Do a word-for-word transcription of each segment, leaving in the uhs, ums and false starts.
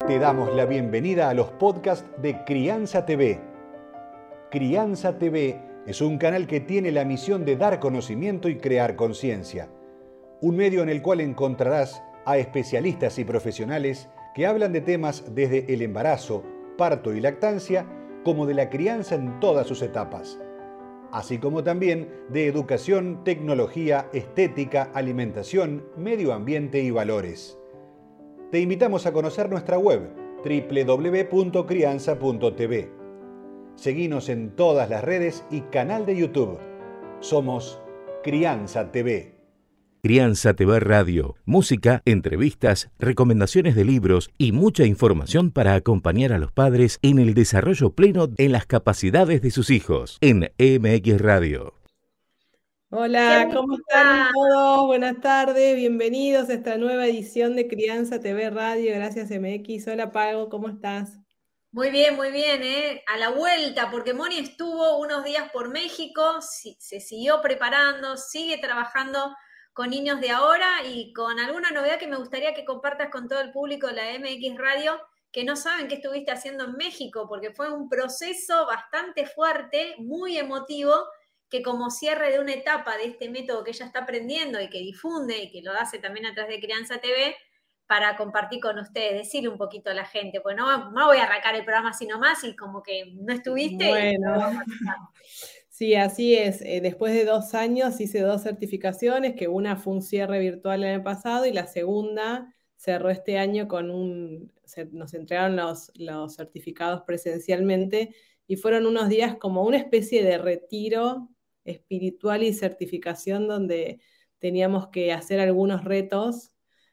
Te damos la bienvenida a los podcasts de Crianza T V. Crianza T V es un canal que tiene la misión de dar conocimiento y crear conciencia. Un medio en el cual encontrarás a especialistas y profesionales que hablan de temas desde el embarazo, parto y lactancia, como de la crianza en todas sus etapas, así como también de educación, tecnología, estética, alimentación, medio ambiente y valores. Te invitamos a conocer nuestra web doble u doble u doble u punto crianza punto t v. Seguinos en todas las redes y canal de YouTube. Somos Crianza T V. Crianza T V Radio, música, entrevistas, recomendaciones de libros y mucha información para acompañar a los padres en el desarrollo pleno en las capacidades de sus hijos en E M X Radio. Hola, ¿cómo están todos? Buenas tardes, bienvenidos a esta nueva edición de Crianza T V Radio. Gracias, M X. Hola, Pago, ¿cómo estás? Muy bien, muy bien, ¿eh? A la vuelta, porque Moni estuvo unos días por México, se siguió preparando, sigue trabajando con niños de ahora y con alguna novedad que me gustaría que compartas con todo el público de la M X Radio, que no saben qué estuviste haciendo en México, porque fue un proceso bastante fuerte, muy emotivo, que como cierre de una etapa de este método que ella está aprendiendo y que difunde y que lo hace también a través de Crianza T V, para compartir con ustedes, decirle un poquito a la gente, pues no, no voy a arrancar el programa así nomás y como que no estuviste. Bueno, sí, así es. Eh, después de dos años hice dos certificaciones, que una fue un cierre virtual el año pasado y la segunda cerró este año con un, se, nos entregaron los, los certificados presencialmente y fueron unos días como una especie de retiro espiritual y certificación donde teníamos que hacer algunos retos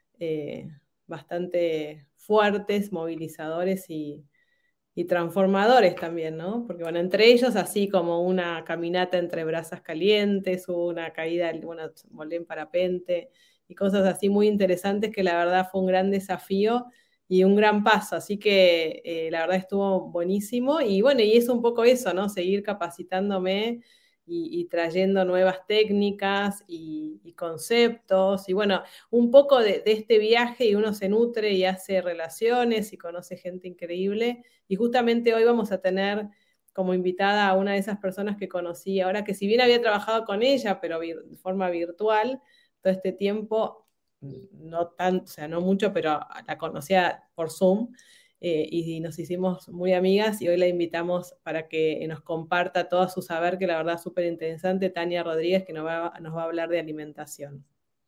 eh, bastante fuertes, movilizadores y, y transformadores también, ¿no? Porque, bueno, entre ellos, así como una caminata entre brasas calientes, hubo una caída, bueno, volé en parapente y cosas así muy interesantes que la verdad fue un gran desafío y un gran paso, así que eh, la verdad estuvo buenísimo y bueno, y es un poco eso, ¿no? Seguir capacitándome Y, y trayendo nuevas técnicas y, y conceptos, y bueno, un poco de, de este viaje y uno se nutre y hace relaciones y conoce gente increíble, y justamente hoy vamos a tener como invitada a una de esas personas que conocí ahora, que si bien había trabajado con ella, pero de forma virtual, todo este tiempo, no tanto, o sea, no mucho, pero la conocía por Zoom, Eh, y nos hicimos muy amigas y hoy la invitamos para que nos comparta todo su saber, que la verdad es súper interesante, Tania Rodríguez, que nos va, nos va a hablar de alimentación.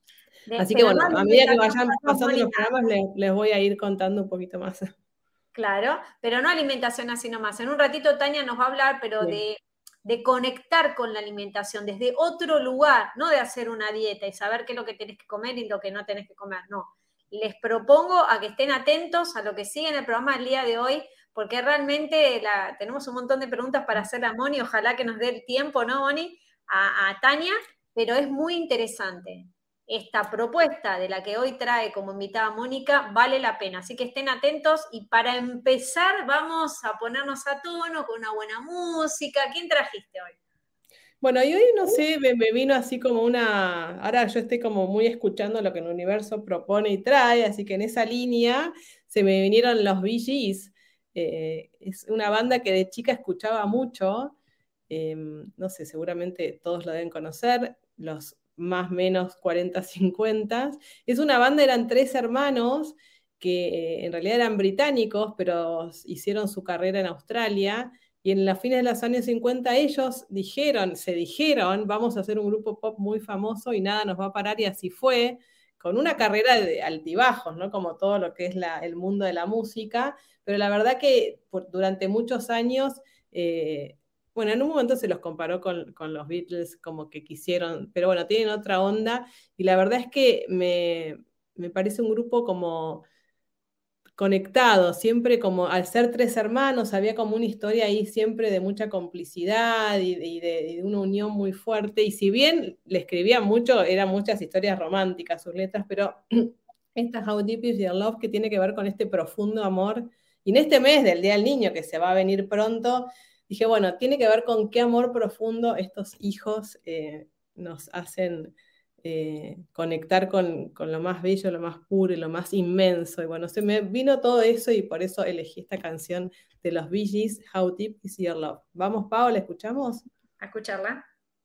De, Así que bueno, a medida que vayan pasando los programas les, les voy a ir contando un poquito más. Claro, pero no alimentación así nomás. En un ratito Tania nos va a hablar, pero sí. de, de conectar con la alimentación desde otro lugar, no de hacer una dieta y saber qué es lo que tenés que comer y lo que no tenés que comer, no. Les propongo a que estén atentos a lo que sigue en el programa del día de hoy, porque realmente la, tenemos un montón de preguntas para hacer a Moni, ojalá que nos dé el tiempo, ¿no, Moni? A, a Tania, pero es muy interesante. Esta propuesta de la que hoy trae como invitada Mónica vale la pena, así que estén atentos y para empezar vamos a ponernos a tono con una buena música. ¿Quién trajiste hoy? Bueno, y hoy no sé, me, me vino así como una, ahora yo estoy como muy escuchando lo que el universo propone y trae, así que en esa línea se me vinieron los Bee Gees. Eh, es una banda que de chica escuchaba mucho, eh, no sé, seguramente todos lo deben conocer, los más menos cuarenta, cincuenta. Es una banda, eran tres hermanos que eh, en realidad eran británicos, pero hicieron su carrera en Australia. Y en los fines de los años cincuenta ellos dijeron, se dijeron, vamos a hacer un grupo pop muy famoso y nada nos va a parar, y así fue, con una carrera de altibajos, ¿no? Como todo lo que es la, el mundo de la música, pero la verdad que por, durante muchos años, eh, bueno, en un momento se los comparó con, con los Beatles, como que quisieron, pero bueno, tienen otra onda, y la verdad es que me, me parece un grupo como conectado, siempre como al ser tres hermanos, había como una historia ahí siempre de mucha complicidad y de, y de, y de una unión muy fuerte, y si bien le escribían mucho, eran muchas historias románticas sus letras, pero esta How Deep Is Your Love, que tiene que ver con este profundo amor, y en este mes del Día del Niño, que se va a venir pronto, dije, bueno, tiene que ver con qué amor profundo estos hijos eh, nos hacen eh, conectar con, con lo más bello, lo más puro y lo más inmenso. Y bueno, se me vino todo eso y por eso elegí esta canción de los Bee Gees, How Deep Is Your Love. Vamos, Pau, ¿la escuchamos? A escucharla.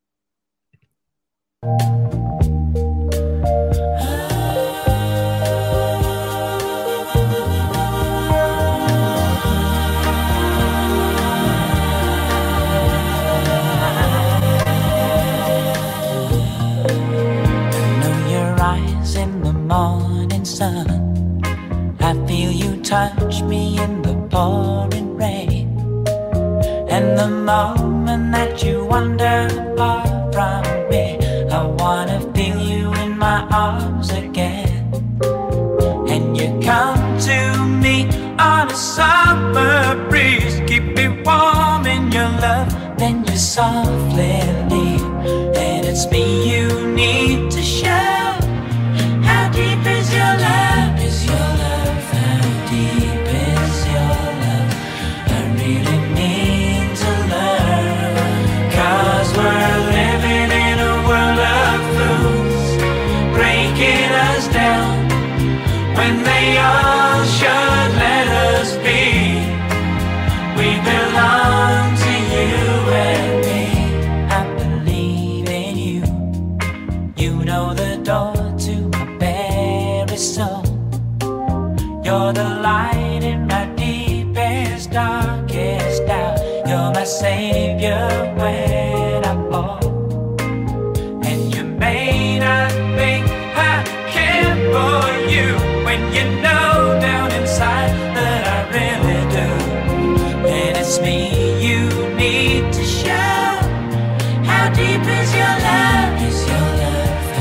Morning sun, I feel you touch me in the pouring rain, and the moment that you wander far from me, I wanna feel you in my arms again. And you come to me on a summer breeze, keep me warm in your love, then you softly leave, and it's me you need to show. How deep is your love? Is your love? How deep is your love? I really need to learn. Cause we're living in a world of fools, breaking us down when they all should let us be. We belong to you and me. I believe in you. You know the door to soul. You're the light in my deepest, darkest doubt. You're my savior when I fall. And you may not think I care for you, when you know down inside that I really do. And it's me you need to show. How deep is your love? Is your love?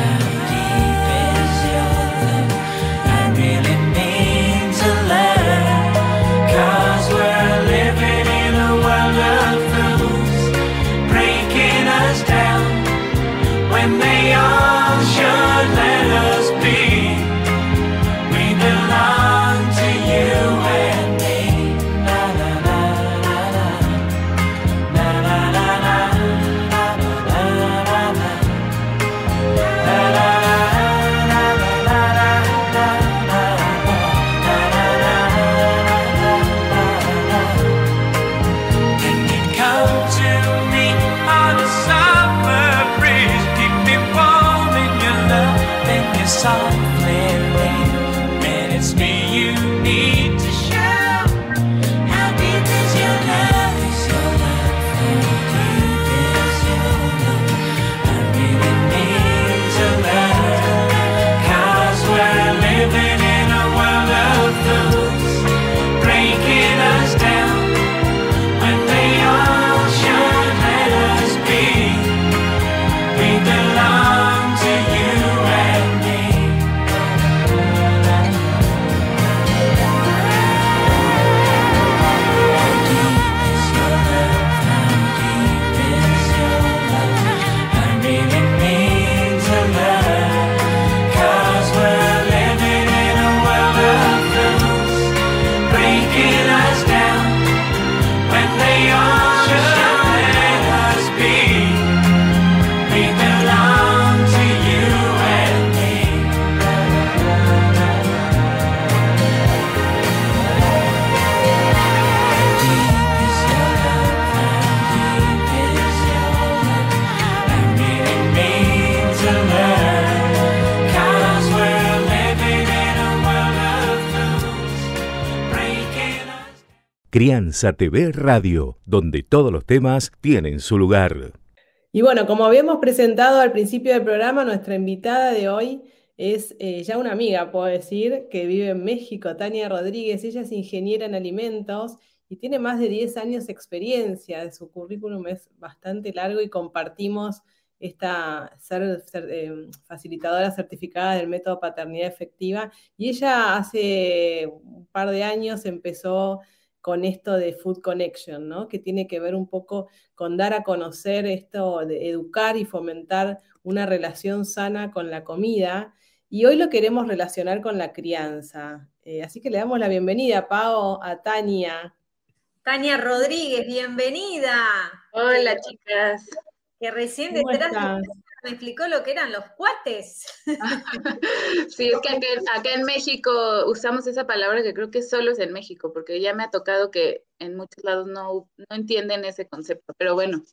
When they all should let us be, we belong to you and me. Na na na na na, na na na na, na na na na, na na softly leave, and it's me you need to show. How deep is your love? Is your love? How deep is your love? I really need to learn. Cause we're living in a world of fools, breaking us down when they all should let us be. We belong to you and me. Crianza T V Radio, donde todos los temas tienen su lugar. Y bueno, como habíamos presentado al principio del programa, nuestra invitada de hoy es eh, ya una amiga, puedo decir, que vive en México, Tania Rodríguez. Ella es ingeniera en alimentos y tiene más de diez años de experiencia. Su currículum es bastante largo y compartimos esta ser, ser eh, facilitadora certificada del método paternidad efectiva. Y ella hace un par de años empezó con esto de Food Connection, ¿no? Que tiene que ver un poco con dar a conocer esto de educar y fomentar una relación sana con la comida. Y hoy lo queremos relacionar con la crianza. Eh, así que le damos la bienvenida, Pau, a Tania. Tania Rodríguez, bienvenida. Hola, chicas. Que recién ¿Cómo detrás estás? de me explicó lo que eran los cuates. Sí, es que acá, acá en México usamos esa palabra que creo que solo es en México, porque ya me ha tocado que en muchos lados no, no entienden ese concepto, pero bueno,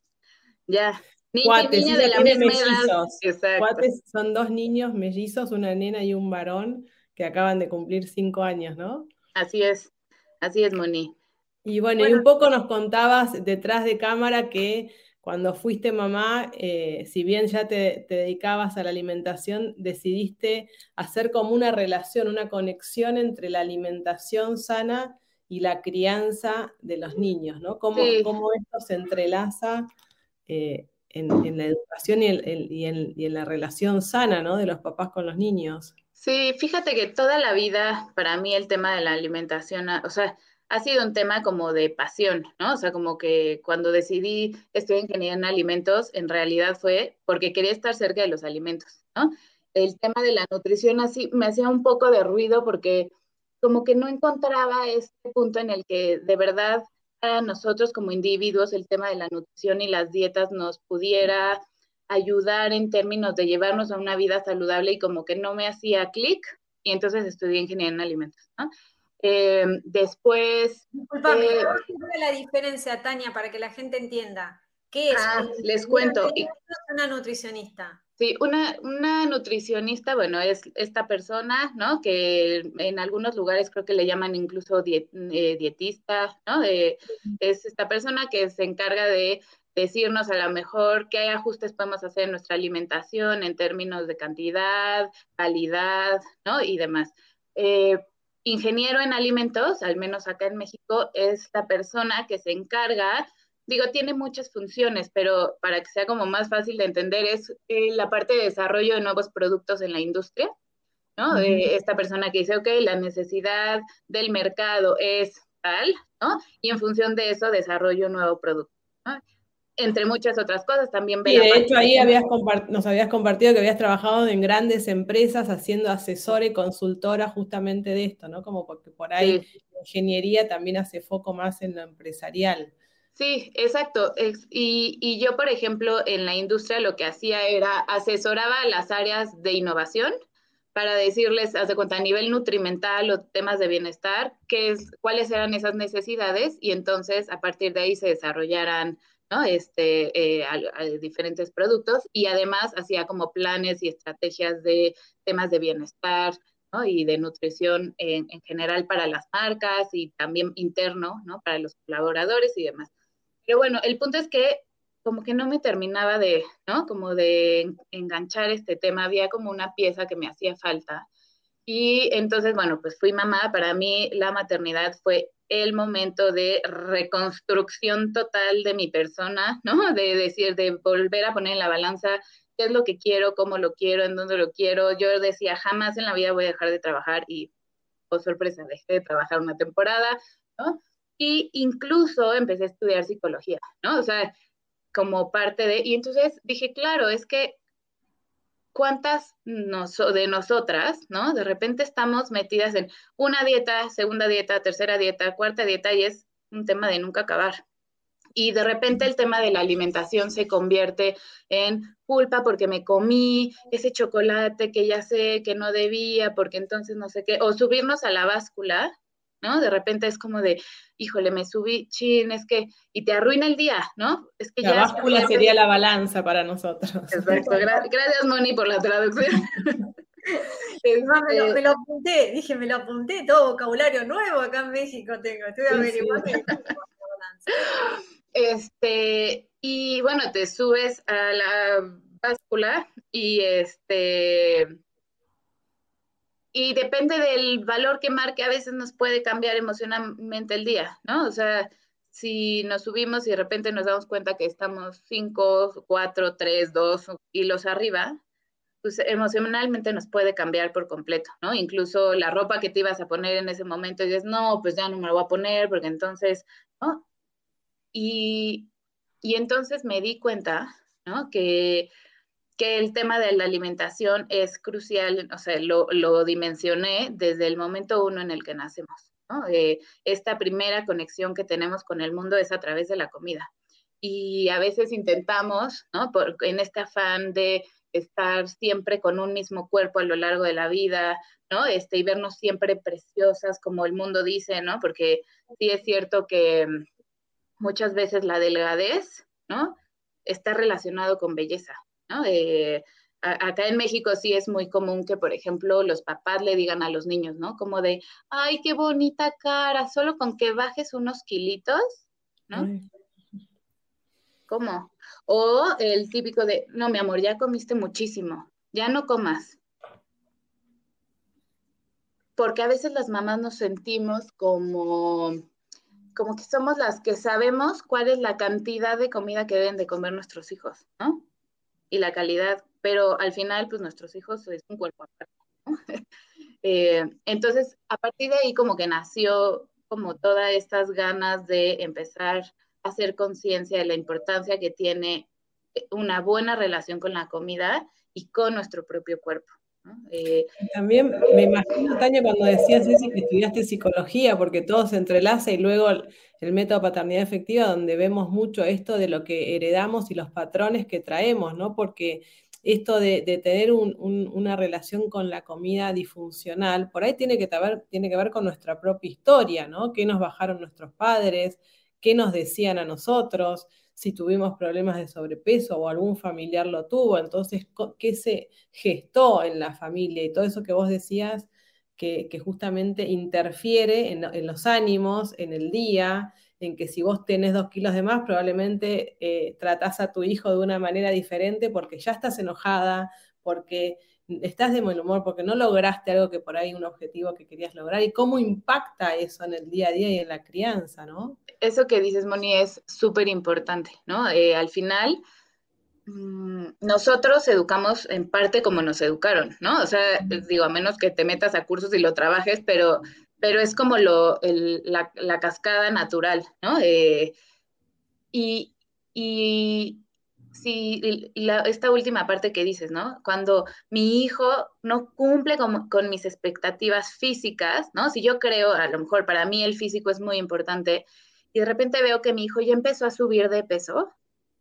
ya. Niño y Cuates, niña ella de la tiene misma edad. mellizos. Exacto. Cuates son dos niños mellizos, una nena y un varón, que acaban de cumplir cinco años, ¿no? Así es, así es, Moni. Y bueno, y Bueno. un poco nos contabas detrás de cámara que cuando fuiste mamá, eh, si bien ya te, te dedicabas a la alimentación, decidiste hacer como una relación, una conexión entre la alimentación sana y la crianza de los niños, ¿no? Cómo, Sí. cómo esto se entrelaza eh, en, en la educación y, el- el- y en, y en la relación sana, ¿no? De los papás con los niños. Sí, fíjate que toda la vida para mí el tema de la alimentación, ha- o sea, ha sido un tema como de pasión, ¿no? O sea, como que cuando decidí estudiar ingeniería en alimentos, en realidad fue porque quería estar cerca de los alimentos, ¿no? El tema de la nutrición así me hacía un poco de ruido porque como que no encontraba este punto en el que de verdad a nosotros como individuos el tema de la nutrición y las dietas nos pudiera ayudar en términos de llevarnos a una vida saludable y como que no me hacía clic y entonces estudié ingeniería en alimentos, ¿no? Eh, después... Disculpame, eh, ¿cuál es la diferencia, Tania, para que la gente entienda? ¿Qué es ah, un les ingeniero cuento. en alimentos y una nutricionista? Sí, una, una nutricionista, bueno, es esta persona, ¿no? Que en algunos lugares creo que le llaman incluso diet, eh, dietista, ¿no? Eh, es esta persona que se encarga de decirnos a lo mejor qué ajustes podemos hacer en nuestra alimentación en términos de cantidad, calidad, ¿no? Y demás. Eh, ingeniero en alimentos, al menos acá en México, es la persona que se encarga. Digo, tiene muchas funciones, pero para que sea como más fácil de entender es eh, la parte de desarrollo de nuevos productos en la industria, ¿no? Ujú. Eh, esta persona que dice, ok, la necesidad del mercado es tal, ¿no? Y en función de eso desarrollo un nuevo producto, ¿no? Entre muchas otras cosas, también ve Y la de parte hecho ahí habías compart- nos habías compartido que habías trabajado en grandes empresas haciendo asesora y consultora justamente de esto, ¿no? Como porque por ahí sí. la ingeniería también hace foco más en lo empresarial. Sí, exacto. Es- y, y yo, por ejemplo, en la industria lo que hacía era asesoraba a las áreas de innovación para decirles, haz de cuenta, a nivel nutrimental o temas de bienestar, qué es, cuáles eran esas necesidades y entonces a partir de ahí se desarrollaran, ¿no? Este, eh, a- a diferentes productos y además hacía como planes y estrategias de temas de bienestar, ¿no? Y de nutrición en, en general para las marcas y también interno, ¿no? Para los colaboradores y demás. Pero bueno, el punto es que como que no me terminaba de, ¿no? Como de enganchar este tema, había como una pieza que me hacía falta. Y entonces, bueno, pues fui mamá, para mí la maternidad fue el momento de reconstrucción total de mi persona, ¿no? De decir, de volver a poner en la balanza qué es lo que quiero, cómo lo quiero, en dónde lo quiero. Yo decía, jamás en la vida voy a dejar de trabajar y, oh sorpresa, dejé de trabajar una temporada, ¿no? Y incluso empecé a estudiar psicología, ¿no? O sea, como parte de, y entonces dije, claro, es que cuántas nos, de nosotras, ¿no? De repente estamos metidas en una dieta, segunda dieta, tercera dieta, cuarta dieta, y es un tema de nunca acabar. Y de repente el tema de la alimentación se convierte en culpa porque me comí ese chocolate que ya sé que no debía, porque entonces no sé qué, o subirnos a la báscula, ¿no? De repente es como de, híjole, me subí, chin, es que, y te arruina el día, ¿no? Es que La ya se báscula convierte. sería la balanza para nosotros. Exacto, gra- gracias Moni por la traducción. Además, me, lo, Este, me lo apunté, dije, me lo apunté, todo vocabulario nuevo acá en México tengo, estoy Sí, averiguando. sí. Y este, y bueno, te subes a la báscula y este, y depende del valor que marque, a veces nos puede cambiar emocionalmente el día, ¿no? O sea, si nos subimos y de repente nos damos cuenta que estamos cinco, cuatro, tres, dos kilos arriba, pues emocionalmente nos puede cambiar por completo, ¿no? Incluso la ropa que te ibas a poner en ese momento y dices, no, pues ya no me la voy a poner porque entonces, ¿no? Y, y entonces me di cuenta, ¿no? Que, que el tema de la alimentación es crucial, o sea, lo, lo dimensioné desde el momento uno en el que nacemos, ¿no? Eh, esta primera conexión que tenemos con el mundo es a través de la comida. Y a veces intentamos, ¿no? Por, en este afán de estar siempre con un mismo cuerpo a lo largo de la vida, ¿no? Este, y vernos siempre preciosas, como el mundo dice, ¿no? Porque sí es cierto que muchas veces la delgadez, ¿no? Está relacionado con belleza, ¿no? Eh, a, acá en México sí es muy común que, por ejemplo, los papás le digan a los niños, ¿no? Como de, ay, qué bonita cara, solo con que bajes unos kilitos, ¿no? Ay. ¿Cómo? O el típico de, no, mi amor, ya comiste muchísimo, ya no comas. Porque a veces las mamás nos sentimos como, como que somos las que sabemos cuál es la cantidad de comida que deben de comer nuestros hijos, ¿no? Y la calidad, pero al final, pues nuestros hijos es un cuerpo aparte, ¿no? eh, entonces, a partir de ahí como que nació como todas estas ganas de empezar a hacer conciencia de la importancia que tiene una buena relación con la comida y con nuestro propio cuerpo, ¿no? Eh, También me imagino, Tania, cuando decías eso, que estudiaste psicología, porque todo se entrelaza y luego el, el método paternidad efectiva, donde vemos mucho esto de lo que heredamos y los patrones que traemos, ¿no? Porque esto de, de tener un, un, una relación con la comida disfuncional, por ahí tiene que, taber, tiene que ver con nuestra propia historia, ¿no? ¿Qué nos bajaron nuestros padres? ¿Qué nos decían a nosotros? Si tuvimos problemas de sobrepeso o algún familiar lo tuvo, entonces, ¿qué se gestó en la familia? Y todo eso que vos decías, que, que justamente interfiere en, en, los ánimos, en el día, en que si vos tenés dos kilos de más, probablemente eh, tratás a tu hijo de una manera diferente porque ya estás enojada, porque estás de mal humor, porque no lograste algo que por ahí un objetivo que querías lograr, y cómo impacta eso en el día a día y en la crianza, ¿no? Eso que dices, Moni, es súper importante, ¿no? Eh, al final, mmm, nosotros educamos en parte como nos educaron, ¿no? O sea, digo, a menos que te metas a cursos y lo trabajes, pero, pero es como lo, el, la, la cascada natural, ¿no? Eh, y, y sí, la, esta última parte que dices, ¿no? Cuando mi hijo no cumple con, con mis expectativas físicas, ¿no? Si yo creo, a lo mejor para mí el físico es muy importante, y de repente veo que mi hijo ya empezó a subir de peso,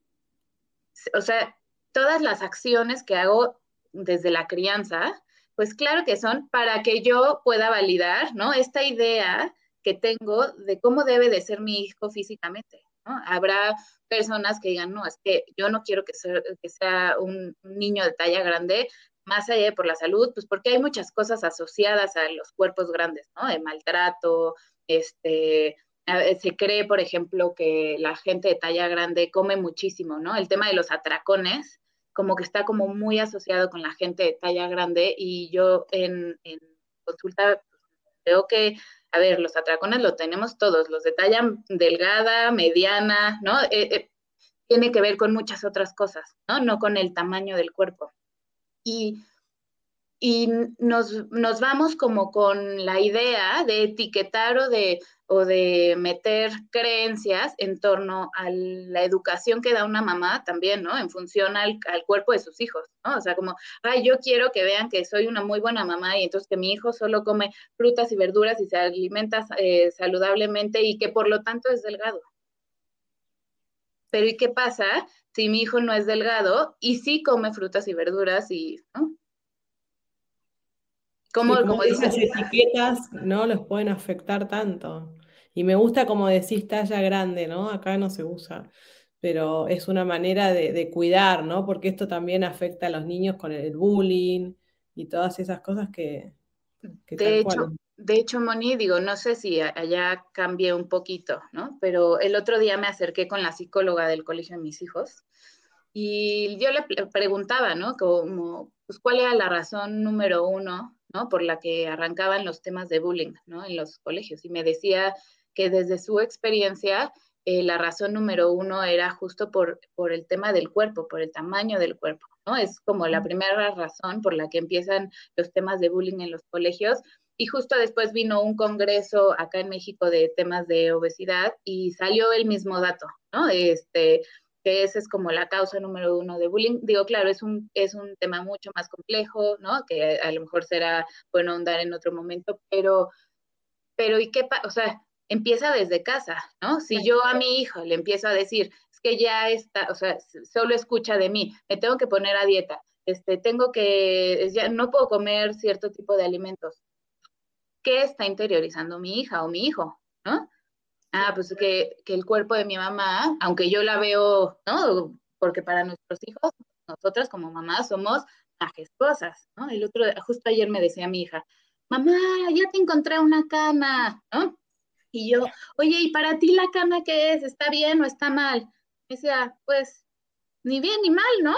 o sea, todas las acciones que hago desde la crianza, pues claro que son para que yo pueda validar, ¿no? Esta idea que tengo de cómo debe de ser mi hijo físicamente, ¿no? Habrá personas que digan, no, es que yo no quiero que sea, que sea un niño de talla grande, más allá de por la salud, pues porque hay muchas cosas asociadas a los cuerpos grandes, ¿no? De maltrato, este, se cree, por ejemplo, que la gente de talla grande come muchísimo, ¿no? El tema de los atracones, como que está como muy asociado con la gente de talla grande, y yo en, en consulta veo que, a ver, los atracones lo tenemos todos, los de talla delgada, mediana, ¿no? Eh, eh, tiene que ver con muchas otras cosas, ¿no? No con el tamaño del cuerpo. Y y nos, nos vamos como con la idea de etiquetar o de, o de meter creencias en torno a la educación que da una mamá también, ¿no? En función al, al cuerpo de sus hijos, ¿no? O sea, como, ay, yo quiero que vean que soy una muy buena mamá y entonces que mi hijo solo come frutas y verduras y se alimenta eh, saludablemente y que por lo tanto es delgado. Pero ¿y qué pasa si mi hijo no es delgado y sí come frutas y verduras y, ¿no? Como, sí, como, como dices, esas etiquetas no los pueden afectar tanto. Y me gusta como decís talla grande, ¿no? Acá no se usa, pero es una manera de, de cuidar, ¿no? Porque esto también afecta a los niños con el bullying y todas esas cosas que, que de tal hecho, cual. De hecho, Moni, digo, no sé si allá cambié un poquito, ¿no? Pero el otro día me acerqué con la psicóloga del colegio de mis hijos y yo le preguntaba, ¿no? Como, pues, ¿cuál era la razón número uno, ¿no? Por la que arrancaban los temas de bullying, ¿no? En los colegios. Y me decía que desde su experiencia, eh, la razón número uno era justo por, por el tema del cuerpo, por el tamaño del cuerpo, ¿no? Es como la primera razón por la que empiezan los temas de bullying en los colegios. Y justo después vino un congreso acá en México de temas de obesidad y salió el mismo dato, ¿no? Este, que esa es como la causa número uno de bullying. Digo, claro, es un, es un tema mucho más complejo, ¿no? Que a, a lo mejor será bueno ahondar en otro momento, pero, pero ¿y qué pasa? O sea, empieza desde casa, ¿no? Si yo a mi hijo le empiezo a decir, es que ya está, o sea, solo escucha de mí, me tengo que poner a dieta, este, tengo que, ya no puedo comer cierto tipo de alimentos. ¿Qué está interiorizando mi hija o mi hijo? ¿No? Ah, pues que, que el cuerpo de mi mamá, aunque yo la veo, ¿no? Porque para nuestros hijos, nosotras como mamás somos majestuosas, ¿no? El otro, justo ayer me decía mi hija, mamá, ya te encontré una cana, ¿no? Y yo, oye, ¿y para ti la cana qué es? ¿Está bien o está mal? Me decía, pues, ni bien ni mal, ¿no?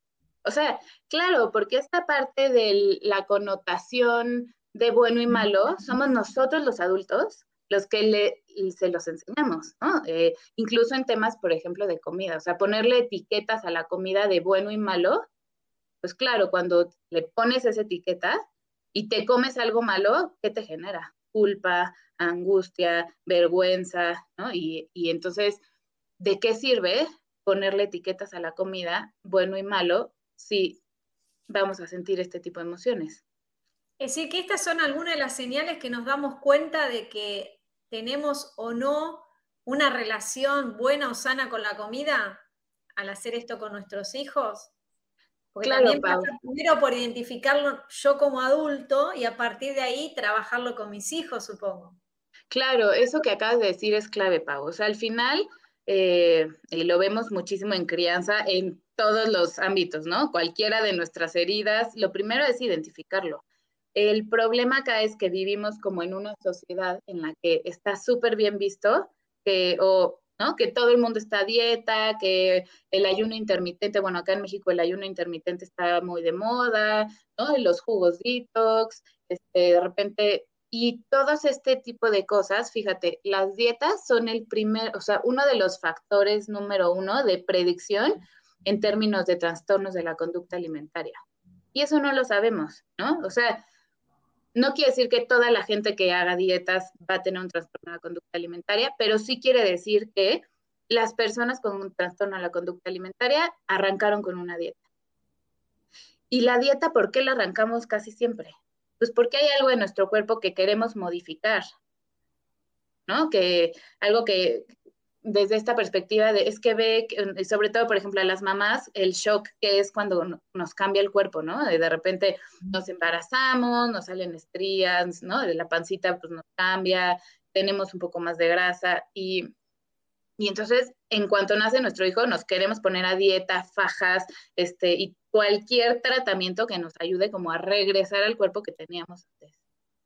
O sea, claro, porque esta parte de la connotación de bueno y malo, somos nosotros los adultos los que le, se los enseñamos, ¿no? Eh, incluso en temas, por ejemplo, de comida, o sea, ponerle etiquetas a la comida de bueno y malo, pues claro, cuando le pones esa etiqueta y te comes algo malo, ¿qué te genera? Culpa, angustia, vergüenza, ¿no? Y, y entonces, ¿de qué sirve ponerle etiquetas a la comida, bueno y malo, si vamos a sentir este tipo de emociones? Es decir, que estas son algunas de las señales que nos damos cuenta de que tenemos o no una relación buena o sana con la comida al hacer esto con nuestros hijos. Porque Claro, también Pau. pasa primero por identificarlo yo como adulto y a partir de ahí trabajarlo con mis hijos, supongo. Claro, eso que acabas de decir es clave, Pau. O sea, al final, eh, y lo vemos muchísimo en crianza, en todos los ámbitos, ¿no? Cualquiera de nuestras heridas, lo primero es identificarlo. El problema acá es que vivimos como en una sociedad en la que está súper bien visto que, o, ¿no? Que todo el mundo está a dieta, que el ayuno intermitente, bueno, acá en México el ayuno intermitente está muy de moda, ¿no? Y los jugos detox, este, de repente, y todos este tipo de cosas, fíjate, las dietas son el primer, o sea, uno de los factores número uno de predicción en términos de trastornos de la conducta alimentaria. Y eso no lo sabemos, ¿no? O sea, no quiere decir que toda la gente que haga dietas va a tener un trastorno de la conducta alimentaria, pero sí quiere decir que las personas con un trastorno de la conducta alimentaria arrancaron con una dieta. ¿Y la dieta por qué la arrancamos casi siempre? Pues porque hay algo en nuestro cuerpo que queremos modificar, ¿no? Que algo que desde esta perspectiva de, es que ve, sobre todo, por ejemplo, a las mamás, el shock que es cuando nos cambia el cuerpo, ¿no? De, de repente nos embarazamos, nos salen estrías, ¿no? De la pancita pues nos cambia, tenemos un poco más de grasa y, y entonces en cuanto nace nuestro hijo nos queremos poner a dieta, fajas, este, y cualquier tratamiento que nos ayude como a regresar al cuerpo que teníamos antes.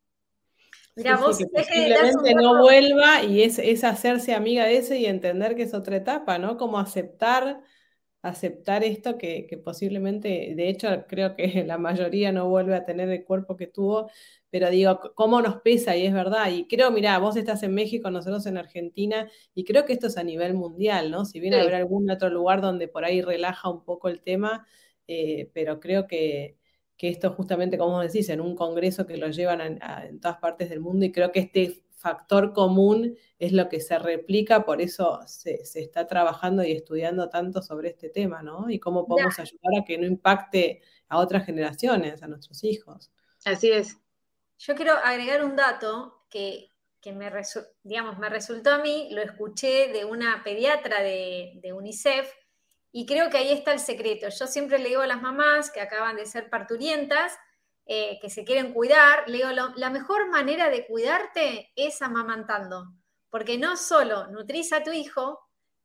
Mira, sí, vos sí, que posiblemente no vuelva y es, es hacerse amiga de eso y entender que es otra etapa, ¿no? Como aceptar, aceptar esto que, que posiblemente, de hecho, creo que la mayoría no vuelve a tener el cuerpo que tuvo, pero digo, cómo nos pesa y es verdad. Y creo, mira, vos estás en México, nosotros en Argentina, y creo que esto es a nivel mundial, ¿no? Si bien sí. Habrá algún otro lugar donde por ahí relaja un poco el tema, eh, pero creo que que esto justamente, como vos decís, en un congreso que lo llevan a, a, en todas partes del mundo y creo que este factor común es lo que se replica, por eso se, se está trabajando y estudiando tanto sobre este tema, ¿no? Y cómo podemos ya. ayudar a que no impacte a otras generaciones, a nuestros hijos. Así es. Yo quiero agregar un dato que, que me, resu digamos, me resultó a mí, lo escuché de una pediatra de, de UNICEF, y creo que ahí está el secreto. Yo siempre le digo a las mamás que acaban de ser parturientas, eh, que se quieren cuidar, le digo, lo, la mejor manera de cuidarte es amamantando, porque no solo nutrís a tu hijo,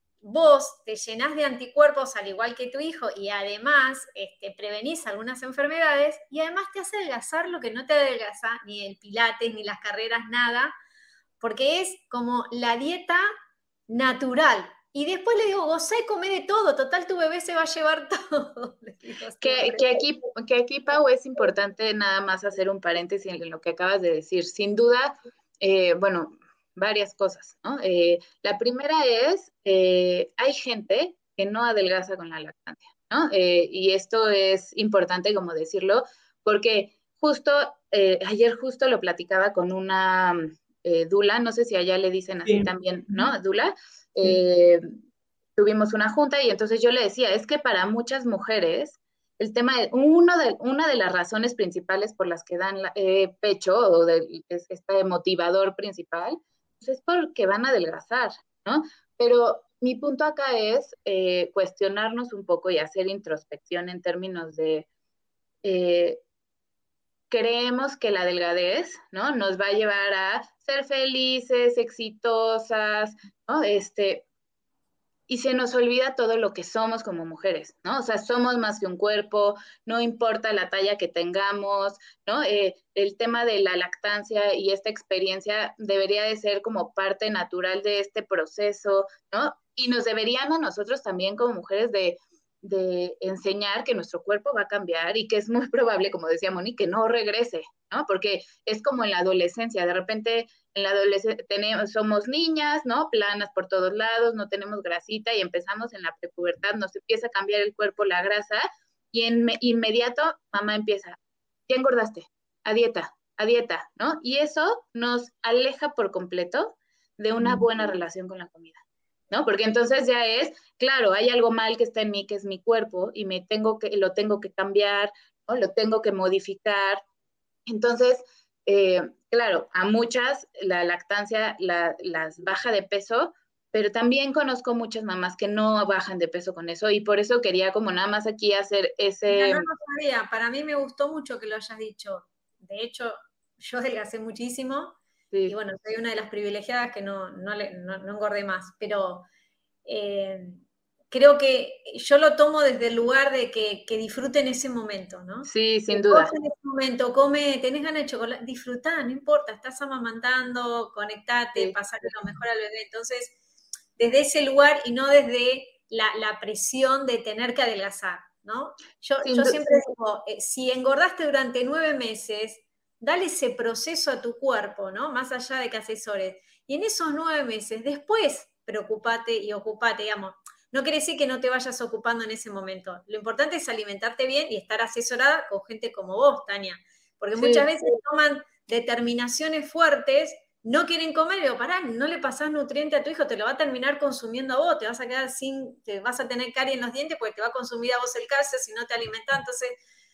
vos te llenás de anticuerpos al igual que tu hijo y además este, prevenís algunas enfermedades y además te hace adelgazar lo que no te adelgaza ni el pilates, ni las carreras, nada, porque es como la dieta natural. Y después le digo, gozá y comé de todo, total tu bebé se va a llevar todo. Que, que, aquí, que aquí, Pau, es importante nada más hacer un paréntesis en lo que acabas de decir. Sin duda, eh, bueno, varias cosas, ¿no? Eh, la primera es, eh, hay gente que no adelgaza con la lactancia, ¿no? Eh, y esto es importante como decirlo, porque justo, eh, ayer justo lo platicaba con una eh, dula, no sé si allá le dicen así sí. también, ¿no? Dula. Eh, tuvimos una junta y entonces yo le decía, es que para muchas mujeres, el tema de, uno de una de las razones principales por las que dan la, eh, pecho, o de, es, este motivador principal, pues es porque van a adelgazar, ¿no? Pero mi punto acá es eh, cuestionarnos un poco y hacer introspección en términos de, eh, creemos que la delgadez, ¿no? Nos va a llevar a ser felices, exitosas, ¿no? Este, y se nos olvida todo lo que somos como mujeres, ¿no? O sea, somos más que un cuerpo, no importa la talla que tengamos, ¿no? Eh, el tema de la lactancia y esta experiencia debería de ser como parte natural de este proceso, ¿no? Y nos deberíamos nosotros también como mujeres de, de enseñar que nuestro cuerpo va a cambiar y que es muy probable, como decía Moni, que no regrese, ¿no? Porque es como en la adolescencia, de repente en la adolescencia tenemos, somos niñas, ¿no? Planas por todos lados, no tenemos grasita y empezamos en la prepubertad, nos empieza a cambiar el cuerpo, la grasa, y en me, inmediato mamá empieza, ya engordaste, a dieta, a dieta, ¿no? Y eso nos aleja por completo de una buena relación con la comida, ¿no? Porque entonces ya es, claro, hay algo mal que está en mí, que es mi cuerpo, y me tengo que, lo tengo que cambiar, ¿no? Lo tengo que modificar. Entonces, eh, claro, a muchas la lactancia la, las baja de peso, pero también conozco muchas mamás que no bajan de peso con eso y por eso quería como nada más aquí hacer ese... Mira, no lo sabía, para mí me gustó mucho que lo hayas dicho. De hecho, yo adelgacé muchísimo sí. Y bueno, soy una de las privilegiadas que no, no, le, no, no engordé más, pero eh, creo que yo lo tomo desde el lugar de que, que disfruten ese momento, ¿no? Sí, sin que duda. En ese momento, come, tenés ganas de chocolate, disfrutá, no importa, estás amamantando, conectate, sí. Pasarle lo mejor al bebé. Entonces, desde ese lugar y no desde la, la presión de tener que adelgazar, ¿no? Yo, yo siempre digo, eh, si engordaste durante nueve meses, dale ese proceso a tu cuerpo, ¿no? Más allá de que asesores. Y en esos nueve meses, después, preocupate y ocupate, digamos. No quiere decir que no te vayas ocupando en ese momento. Lo importante es alimentarte bien y estar asesorada con gente como vos, Tania. Porque sí. Muchas veces toman determinaciones fuertes, no quieren comer, digo, pará, no le pasás nutriente a tu hijo, te lo va a terminar consumiendo a vos, te vas a quedar sin, te vas a tener carie en los dientes porque te va a consumir a vos el calcio si no te alimentás, entonces...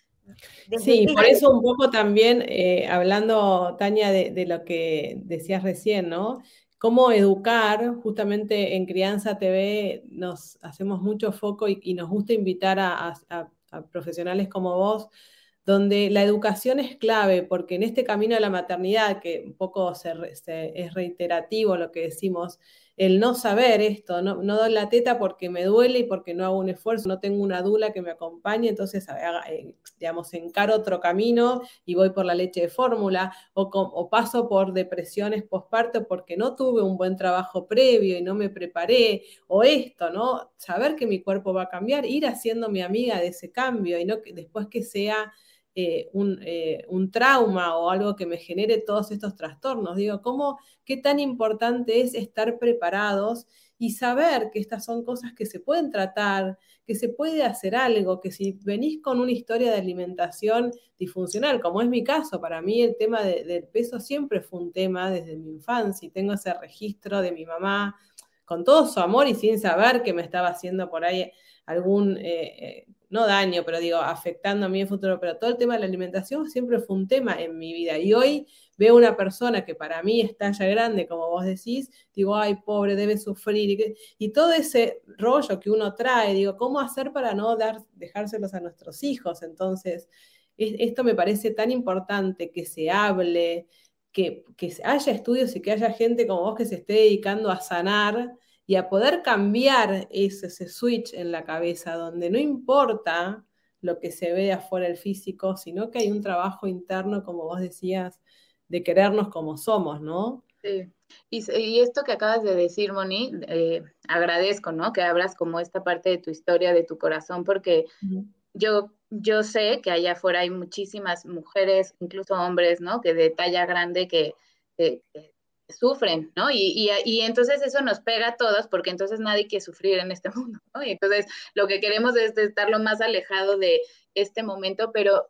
Sí, por eso un poco también, eh, hablando, Tania, de, de lo que decías recién, ¿no? Cómo educar, justamente en Crianza T V nos hacemos mucho foco y, y nos gusta invitar a, a, a profesionales como vos, donde la educación es clave, porque en este camino de la maternidad, que un poco se, se, es reiterativo lo que decimos, el no saber esto, no, no doy la teta porque me duele y porque no hago un esfuerzo, no tengo una dula que me acompañe, entonces, digamos, encaro otro camino y voy por la leche de fórmula, o, o paso por depresiones postparto porque no tuve un buen trabajo previo y no me preparé, o esto, ¿no? Saber que mi cuerpo va a cambiar, ir haciéndome amiga de ese cambio y no que después que sea... Eh, un, eh, un trauma o algo que me genere todos estos trastornos. Digo, ¿cómo, qué tan importante es estar preparados y saber que estas son cosas que se pueden tratar, que se puede hacer algo, que si venís con una historia de alimentación disfuncional, como es mi caso, para mí el tema de, del peso siempre fue un tema desde mi infancia y tengo ese registro de mi mamá con todo su amor y sin saber que me estaba haciendo por ahí algún... Eh, eh, no daño, pero digo, afectando a mí en el futuro, pero todo el tema de la alimentación siempre fue un tema en mi vida, y hoy veo una persona que para mí está ya grande, como vos decís, digo, ay, pobre, debe sufrir, y, y todo ese rollo que uno trae, digo, ¿cómo hacer para no dar, dejárselos a nuestros hijos? Entonces, es, esto me parece tan importante, que se hable, que, que haya estudios y que haya gente como vos que se esté dedicando a sanar, y a poder cambiar ese, ese switch en la cabeza, donde no importa lo que se ve afuera el físico, sino que hay un trabajo interno, como vos decías, de querernos como somos, ¿no? Sí, y, y esto que acabas de decir, Moni, eh, agradezco, ¿no? Que abras como esta parte de tu historia, de tu corazón, porque uh-huh. yo, yo sé que allá afuera hay muchísimas mujeres, incluso hombres, ¿no? Que de talla grande que... que, que sufren, ¿no? Y, y, y entonces eso nos pega a todos porque entonces nadie quiere sufrir en este mundo, ¿no? Y entonces lo que queremos es estar lo más alejado de este momento, pero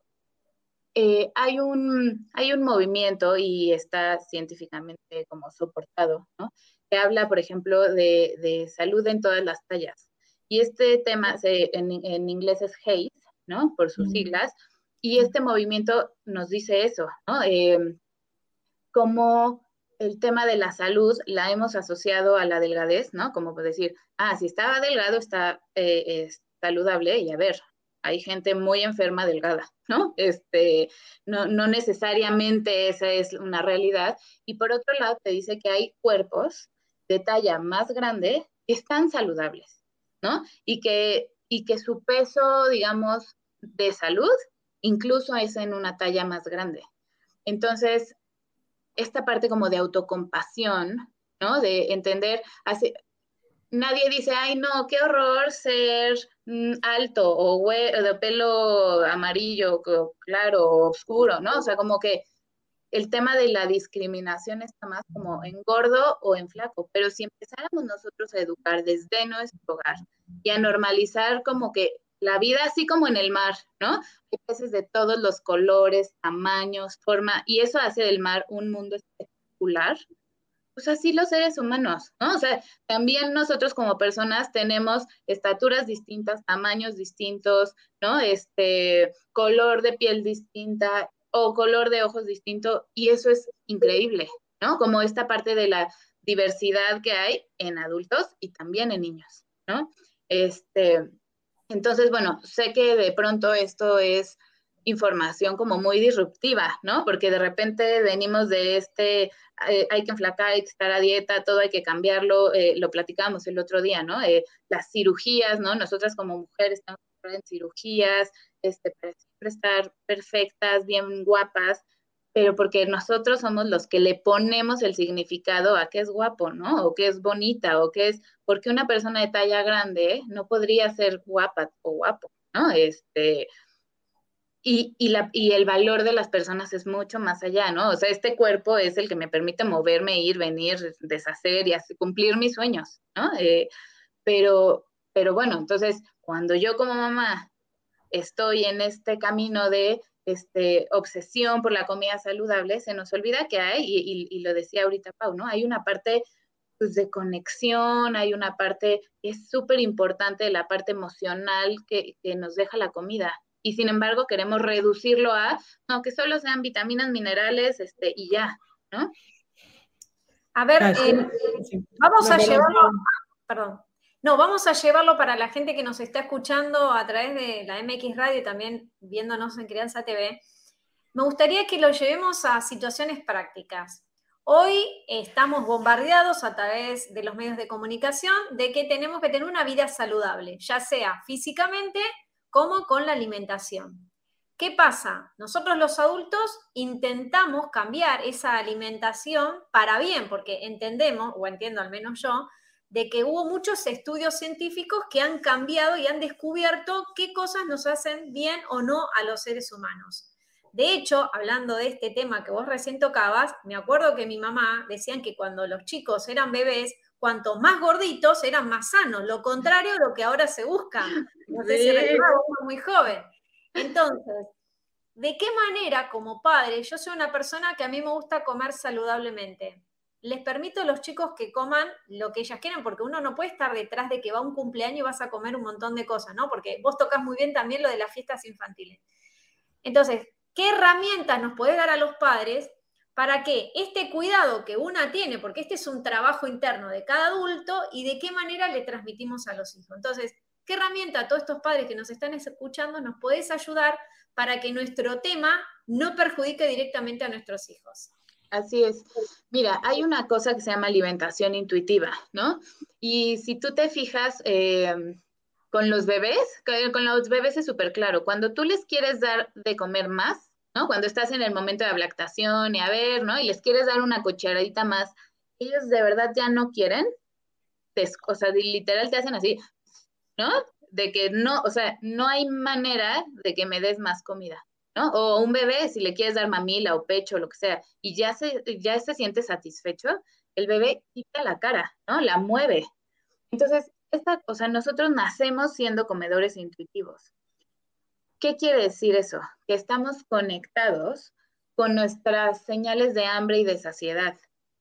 eh, hay, un, hay un movimiento y está científicamente como soportado, ¿no? Que habla, por ejemplo, de, de salud en todas las tallas. Y este tema se, en, en inglés es H A E S, ¿no? Por sus siglas. Y este movimiento nos dice eso, ¿no? Eh, como el tema de la salud la hemos asociado a la delgadez, ¿no? Como decir, ah, si estaba delgado está eh, es saludable, y a ver, hay gente muy enferma delgada, ¿no? Este, no, no necesariamente esa es una realidad. Y por otro lado te dice que hay cuerpos de talla más grande que están saludables, ¿no? Y que, y que su peso, digamos, de salud incluso es en una talla más grande. Entonces, esta parte como de autocompasión, ¿no? De entender, hace, nadie dice, ay, no, qué horror ser mm, alto o de pelo amarillo, claro, o oscuro, ¿no? O sea, como que el tema de la discriminación está más como en gordo o en flaco, pero si empezáramos nosotros a educar desde nuestro hogar y a normalizar como que la vida así como en el mar, ¿no? Hay peces de todos los colores, tamaños, forma, y eso hace del mar un mundo espectacular. Pues así los seres humanos, ¿no? O sea, también nosotros como personas tenemos estaturas distintas, tamaños distintos, ¿no? Este, color de piel distinta o color de ojos distinto, y eso es increíble, ¿no? Como esta parte de la diversidad que hay en adultos y también en niños, ¿no? Este, entonces, bueno, sé que de pronto esto es información como muy disruptiva, ¿no? Porque de repente venimos de este, eh, hay que enflacar, hay que estar a dieta, todo hay que cambiarlo, eh, lo platicamos el otro día, ¿no? Eh, las cirugías, ¿no? Nosotras como mujeres estamos en cirugías, este, para siempre estar perfectas, bien guapas, pero porque nosotros somos los que le ponemos el significado a qué es guapo, ¿no? O qué es bonita, o qué es, porque una persona de talla grande no podría ser guapa o guapo, ¿no? Este, y, y, la, y el valor de las personas es mucho más allá, ¿no? O sea, este cuerpo es el que me permite moverme, ir, venir, deshacer y así, cumplir mis sueños, ¿no? Eh, pero, pero bueno, entonces, cuando yo como mamá estoy en este camino de este, obsesión por la comida saludable, se nos olvida que hay, y, y, y lo decía ahorita Pau, ¿no? Hay una parte pues, de conexión, hay una parte que es súper importante, la parte emocional que, que nos deja la comida. Y sin embargo queremos reducirlo a, no, que solo sean vitaminas, minerales, este, y ya, ¿no? A ver, ah, sí, eh, sí. vamos no, a perdón, llevarlo, perdón. perdón, no, vamos a llevarlo para la gente que nos está escuchando a través de la M X Radio y también viéndonos en Crianza T V. Me gustaría que lo llevemos a situaciones prácticas. Hoy estamos bombardeados a través de los medios de comunicación de que tenemos que tener una vida saludable, ya sea físicamente como con la alimentación. ¿Qué pasa? Nosotros los adultos intentamos cambiar esa alimentación para bien, porque entendemos, o entiendo al menos yo, de que hubo muchos estudios científicos que han cambiado y han descubierto qué cosas nos hacen bien o no a los seres humanos. De hecho, hablando de este tema que vos recién tocabas, me acuerdo que mi mamá decían que cuando los chicos eran bebés, cuanto más gorditos eran más sanos, lo contrario a lo que ahora se busca. No sé sí. si recuerdas, vos sos muy joven. Entonces, ¿de qué manera como padre, yo soy una persona que a mí me gusta comer saludablemente? Les permito a los chicos que coman lo que ellas quieran, porque uno no puede estar detrás de que va a un cumpleaños y vas a comer un montón de cosas, ¿no? Porque vos tocas muy bien también lo de las fiestas infantiles. Entonces, ¿qué herramientas nos podés dar a los padres para que este cuidado que una tiene, porque este es un trabajo interno de cada adulto, y de qué manera le transmitimos a los hijos? Entonces, ¿qué herramienta a todos estos padres que nos están escuchando nos podés ayudar para que nuestro tema no perjudique directamente a nuestros hijos? Así es. Mira, hay una cosa que se llama alimentación intuitiva, ¿no? Y si tú te fijas, eh, con los bebés, con los bebés es súper claro. Cuando tú les quieres dar de comer más, ¿no? Cuando estás en el momento de la lactación y a ver, ¿no? Y les quieres dar una cucharadita más, ellos de verdad ya no quieren, te, o sea, literal te hacen así, ¿no? De que no, o sea, no hay manera de que me des más comida, ¿no? O un bebé, si le quieres dar mamila o pecho o lo que sea, y ya se, ya se siente satisfecho, el bebé quita la cara, ¿no? La mueve. Entonces, esta, o sea, nosotros nacemos siendo comedores intuitivos. ¿Qué quiere decir eso? Que estamos conectados con nuestras señales de hambre y de saciedad.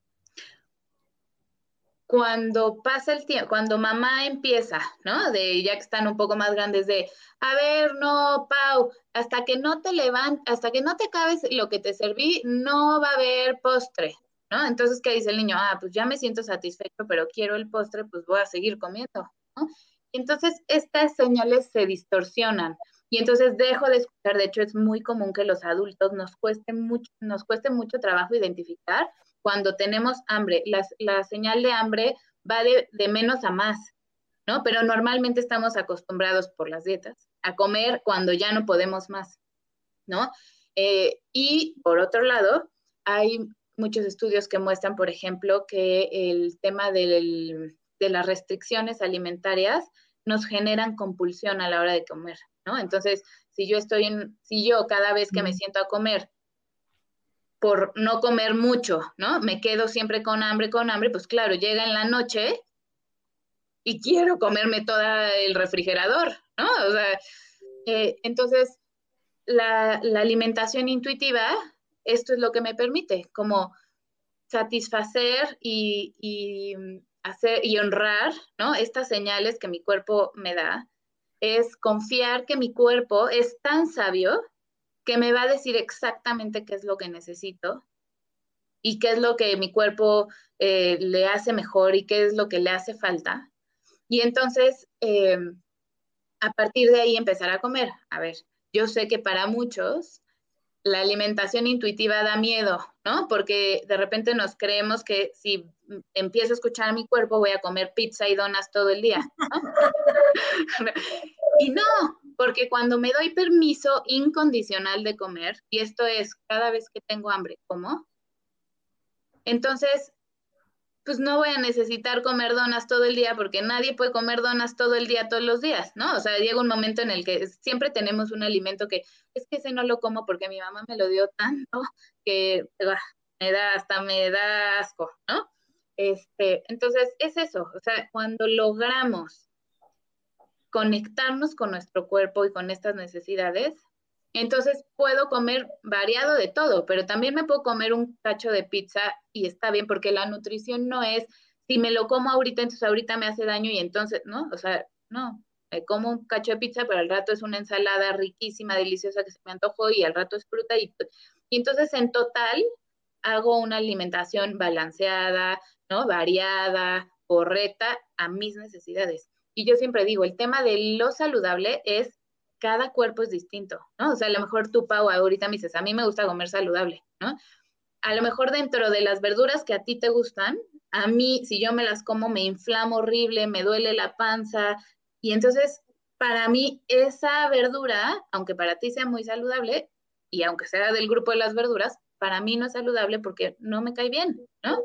Cuando pasa el tiempo, cuando mamá empieza, ¿no? De ya que están un poco más grandes, de, a ver, no, Pau, hasta que no te levantes, hasta que no te acabes lo que te serví, no va a haber postre, ¿no? Entonces, ¿qué dice el niño? Ah, pues ya me siento satisfecho, pero quiero el postre, pues voy a seguir comiendo, ¿no? Entonces, estas señales se distorsionan. Y entonces dejo de escuchar. De hecho, es muy común que los adultos nos cueste mucho, nos cueste mucho trabajo identificar cuando tenemos hambre. La, la señal de hambre va de, de menos a más, ¿no? Pero normalmente estamos acostumbrados por las dietas a comer cuando ya no podemos más, ¿no? Eh, y por otro lado, hay muchos estudios que muestran, por ejemplo, que el tema del, de las restricciones alimentarias nos generan compulsión a la hora de comer, ¿no? Entonces, si yo estoy en, si yo cada vez que me siento a comer, por no comer mucho, ¿no? Me quedo siempre con hambre, con hambre, pues claro, llega en la noche y quiero comerme todo el refrigerador, ¿no? O sea, eh, entonces, la, la alimentación intuitiva, esto es lo que me permite, como satisfacer y, y, hacer, y honrar, ¿no? Estas señales que mi cuerpo me da, es confiar que mi cuerpo es tan sabio que me va a decir exactamente qué es lo que necesito y qué es lo que mi cuerpo eh, le hace mejor y qué es lo que le hace falta. Y entonces, eh, a partir de ahí empezar a comer. A ver, yo sé que para muchos la alimentación intuitiva da miedo, ¿no? Porque de repente nos creemos que si empiezo a escuchar a mi cuerpo voy a comer pizza y donas todo el día, ¿no? Y no, porque cuando me doy permiso incondicional de comer, y esto es cada vez que tengo hambre, ¿cómo? Entonces, pues no voy a necesitar comer donas todo el día porque nadie puede comer donas todo el día, todos los días, ¿no? O sea, llega un momento en el que siempre tenemos un alimento que es que ese no lo como porque mi mamá me lo dio tanto que bah, me da, hasta me da asco, ¿no? Este, entonces, es eso, o sea, cuando logramos conectarnos con nuestro cuerpo y con estas necesidades, entonces puedo comer variado de todo, pero también me puedo comer un cacho de pizza y está bien, porque la nutrición no es, si me lo como ahorita, entonces ahorita me hace daño y entonces, ¿no? O sea, no, me como un cacho de pizza, pero al rato es una ensalada riquísima, deliciosa que se me antojó y al rato es fruta y, y entonces en total hago una alimentación balanceada, ¿no? Variada, correcta a mis necesidades. Y yo siempre digo, el tema de lo saludable es cada cuerpo es distinto, ¿no? O sea, a lo mejor tú, Pau, ahorita me dices, a mí me gusta comer saludable, ¿no? A lo mejor dentro de las verduras que a ti te gustan, a mí, si yo me las como, me inflamo horrible, me duele la panza, y entonces, para mí, esa verdura, aunque para ti sea muy saludable, y aunque sea del grupo de las verduras, para mí no es saludable porque no me cae bien, ¿no?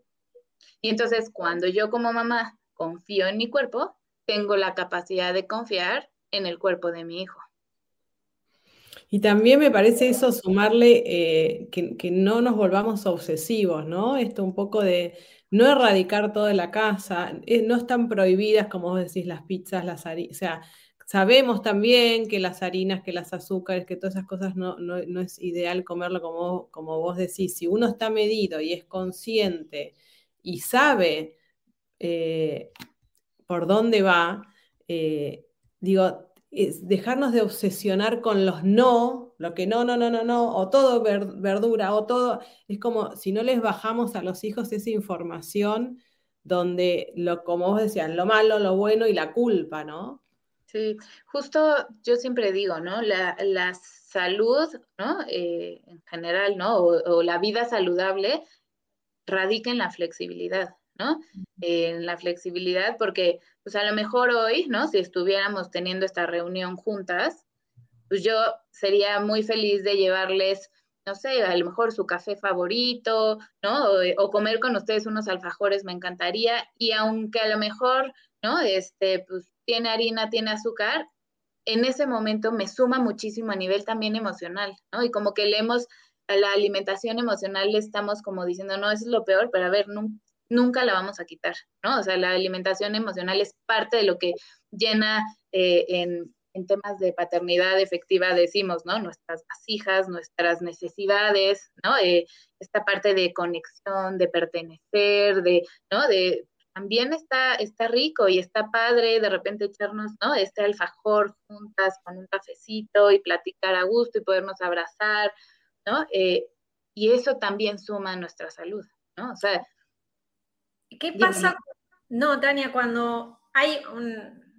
Y entonces, cuando yo como mamá confío en mi cuerpo, tengo la capacidad de confiar en el cuerpo de mi hijo. Y también me parece eso sumarle eh, que, que no nos volvamos obsesivos, ¿no? Esto un poco de no erradicar toda la casa, eh, no están prohibidas, como vos decís, las pizzas, las harinas, o sea, sabemos también que las harinas, que las azúcares, que todas esas cosas no, no, no es ideal comerlo como, como vos decís. Si uno está medido y es consciente y sabe eh, por dónde va, eh, digo, es dejarnos de obsesionar con los no, lo que no, no, no, no, no, o todo ver, verdura, o todo, es como si no les bajamos a los hijos esa información donde, lo, como vos decías, lo malo, lo bueno y la culpa, ¿no? Sí, justo yo siempre digo, ¿no? La, la salud, ¿no? Eh, en general, ¿no? O, o la vida saludable radica en la flexibilidad, ¿no? Eh, en la flexibilidad porque, pues a lo mejor hoy, ¿no? Si estuviéramos teniendo esta reunión juntas, pues yo sería muy feliz de llevarles, no sé, a lo mejor su café favorito, ¿no? O, o comer con ustedes unos alfajores, me encantaría. Y aunque a lo mejor, ¿no? Este, pues tiene harina, tiene azúcar, en ese momento me suma muchísimo a nivel también emocional, ¿no? Y como que le hemos, a la alimentación emocional le estamos como diciendo, no, eso es lo peor, pero a ver, nunca, nunca la vamos a quitar, ¿no? O sea, la alimentación emocional es parte de lo que llena eh, en, en temas de paternidad efectiva, decimos, ¿no? Nuestras vasijas, nuestras necesidades, ¿no? Eh, esta parte de conexión, de pertenecer, de, ¿no? De también está, está rico y está padre de repente echarnos, ¿no? Este alfajor juntas con un cafecito y platicar a gusto y podernos abrazar, ¿no? Eh, y eso también suma a nuestra salud, ¿no? O sea, ¿qué pasa? No, Tania, cuando hay un,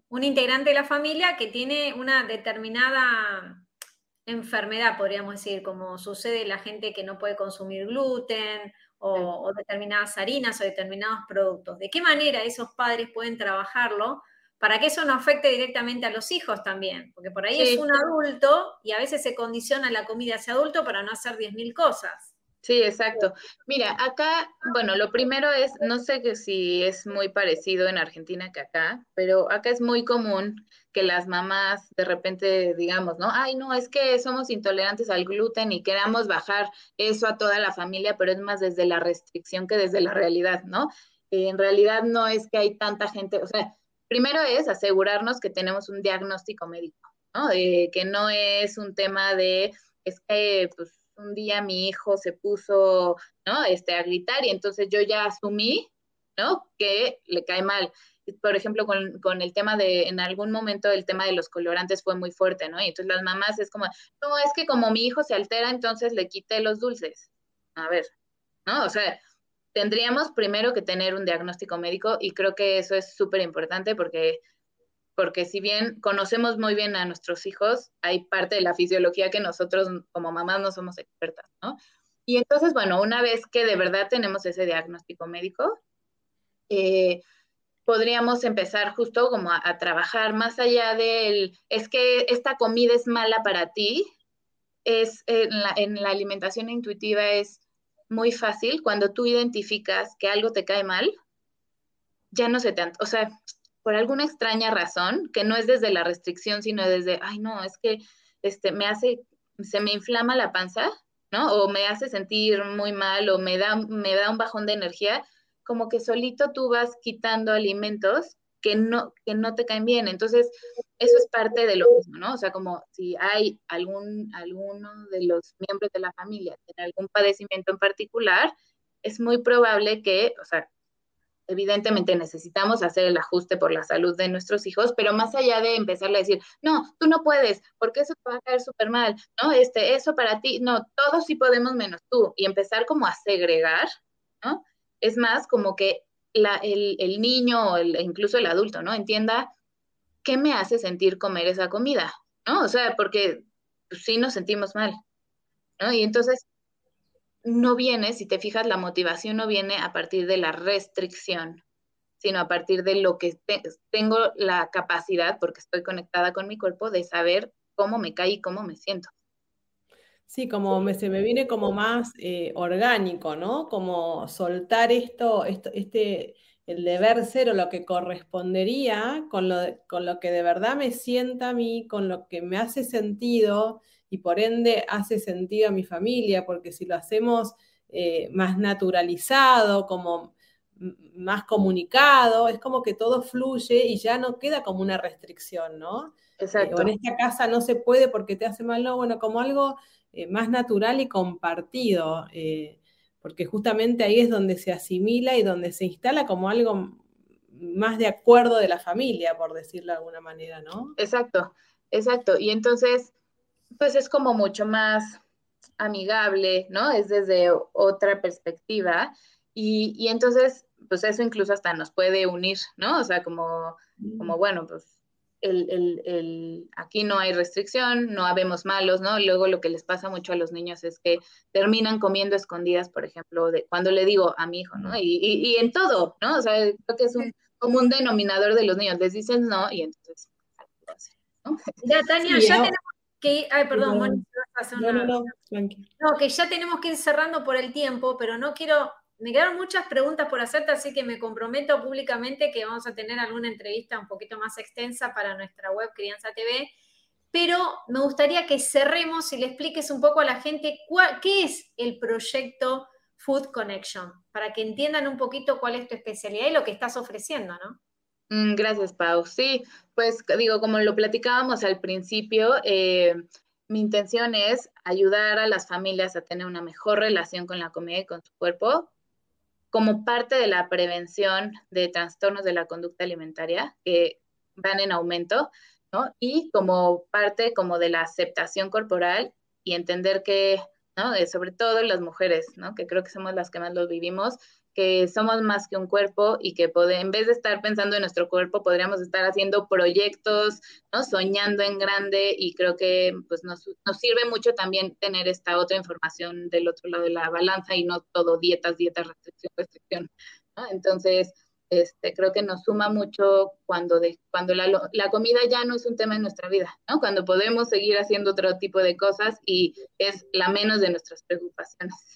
un integrante de la familia que tiene una determinada enfermedad, podríamos decir, como sucede la gente que no puede consumir gluten o, Sí. o determinadas harinas o determinados productos. ¿De qué manera esos padres pueden trabajarlo para que eso no afecte directamente a los hijos también? Porque por ahí Sí. es un adulto y a veces se condiciona la comida a ese adulto para no hacer diez mil cosas. Sí, exacto. Mira, acá, bueno, lo primero es, no sé que si es muy parecido en Argentina que acá, pero acá es muy común que las mamás de repente digamos, ¿no? Ay, no, es que somos intolerantes al gluten y queramos bajar eso a toda la familia, pero es más desde la restricción que desde la realidad, ¿no? Eh, en realidad no es que hay tanta gente, o sea, primero es asegurarnos que tenemos un diagnóstico médico, ¿no? Eh, que no es un tema de, es que, pues, un día mi hijo se puso, ¿no? Este, a gritar y entonces yo ya asumí, ¿no? Que le cae mal. Por ejemplo, con, con el tema de, en algún momento el tema de los colorantes fue muy fuerte, ¿no? Y entonces las mamás es como, no, es que como mi hijo se altera, entonces le quité los dulces. A ver, ¿no? O sea, tendríamos primero que tener un diagnóstico médico y creo que eso es súper importante porque porque si bien conocemos muy bien a nuestros hijos, hay parte de la fisiología que nosotros como mamás no somos expertas, ¿no? Y entonces, bueno, una vez que de verdad tenemos ese diagnóstico médico, eh, podríamos empezar justo como a, a trabajar más allá del, es que esta comida es mala para ti, es en la, en la alimentación intuitiva es muy fácil cuando tú identificas que algo te cae mal, ya no se te, o sea, por alguna extraña razón, que no es desde la restricción, sino desde, ay, no, es que este, me hace, se me inflama la panza, ¿no? O me hace sentir muy mal, o me da, me da un bajón de energía, como que solito tú vas quitando alimentos que no, que no te caen bien. Entonces, eso es parte de lo mismo, ¿no? O sea, como si hay algún, alguno de los miembros de la familia que tiene algún padecimiento en particular, es muy probable que, o sea, evidentemente necesitamos hacer el ajuste por la salud de nuestros hijos, pero más allá de empezarle a decir, no, tú no puedes, porque eso te va a caer súper mal, ¿no? Este, eso para ti, no, todos sí podemos menos tú, y empezar como a segregar, ¿no? Es más como que la, el, el niño o el, incluso el adulto, ¿no? Entienda qué me hace sentir comer esa comida, ¿no? O sea, porque pues, sí nos sentimos mal, ¿no? Y entonces no viene, si te fijas, la motivación no viene a partir de la restricción, sino a partir de lo que te, tengo la capacidad, porque estoy conectada con mi cuerpo, de saber cómo me cae y cómo me siento. Sí, como me, se me viene como más eh, orgánico, ¿no? Como soltar esto, esto, este, el deber ser o lo que correspondería con lo, con lo que de verdad me sienta a mí, con lo que me hace sentido y por ende hace sentido a mi familia, porque si lo hacemos eh, más naturalizado, como más comunicado, es como que todo fluye y ya no queda como una restricción, ¿no? Eh, o en Exacto. esta casa no se puede porque te hace mal, no, bueno, como algo eh, más natural y compartido, eh, porque justamente ahí es donde se asimila y donde se instala como algo más de acuerdo de la familia, por decirlo de alguna manera, ¿no? Exacto, exacto. Y entonces, pues es como mucho más amigable, ¿no? Es desde otra perspectiva. Y, y entonces, pues eso incluso hasta nos puede unir, ¿no? O sea, como, como bueno, pues el, el, el, aquí no hay restricción, no habemos malos, ¿no? Luego lo que les pasa mucho a los niños es que terminan comiendo escondidas, por ejemplo, de cuando le digo a mi hijo, ¿no? Y, y, y en todo, ¿no? O sea, creo que es un común denominador de los niños, les dicen no y entonces, ¿no? Mira, Tania, Sí, ya no, tenemos que ir, ay, perdón, Mónica, vas a hacer no, no, una... no, tranqui. No, que ya tenemos que ir cerrando por el tiempo, pero no quiero, me quedaron muchas preguntas por hacerte, así que me comprometo públicamente que vamos a tener alguna entrevista un poquito más extensa para nuestra web Crianza T V, pero me gustaría que cerremos y le expliques un poco a la gente cuál, qué es el proyecto Food Connection, para que entiendan un poquito cuál es tu especialidad y lo que estás ofreciendo, ¿no? Mm, gracias, Pau. Sí, pues digo, como lo platicábamos al principio, eh, mi intención es ayudar a las familias a tener una mejor relación con la comida y con su cuerpo como parte de la prevención de trastornos de la conducta alimentaria que van en aumento, ¿no? Y como parte como de la aceptación corporal y entender que, ¿no? Eh, sobre todo las mujeres, ¿no? Que creo que somos las que más lo vivimos, que somos más que un cuerpo y que pode, en vez de estar pensando en nuestro cuerpo, podríamos estar haciendo proyectos, ¿no? Soñando en grande, y creo que pues, nos, nos sirve mucho también tener esta otra información del otro lado de la balanza y no todo dietas, dietas, restricción, restricción, ¿no? Entonces, este, creo que nos suma mucho cuando, de, cuando la, la comida ya no es un tema en nuestra vida, ¿no? Cuando podemos seguir haciendo otro tipo de cosas y es la menos de nuestras preocupaciones.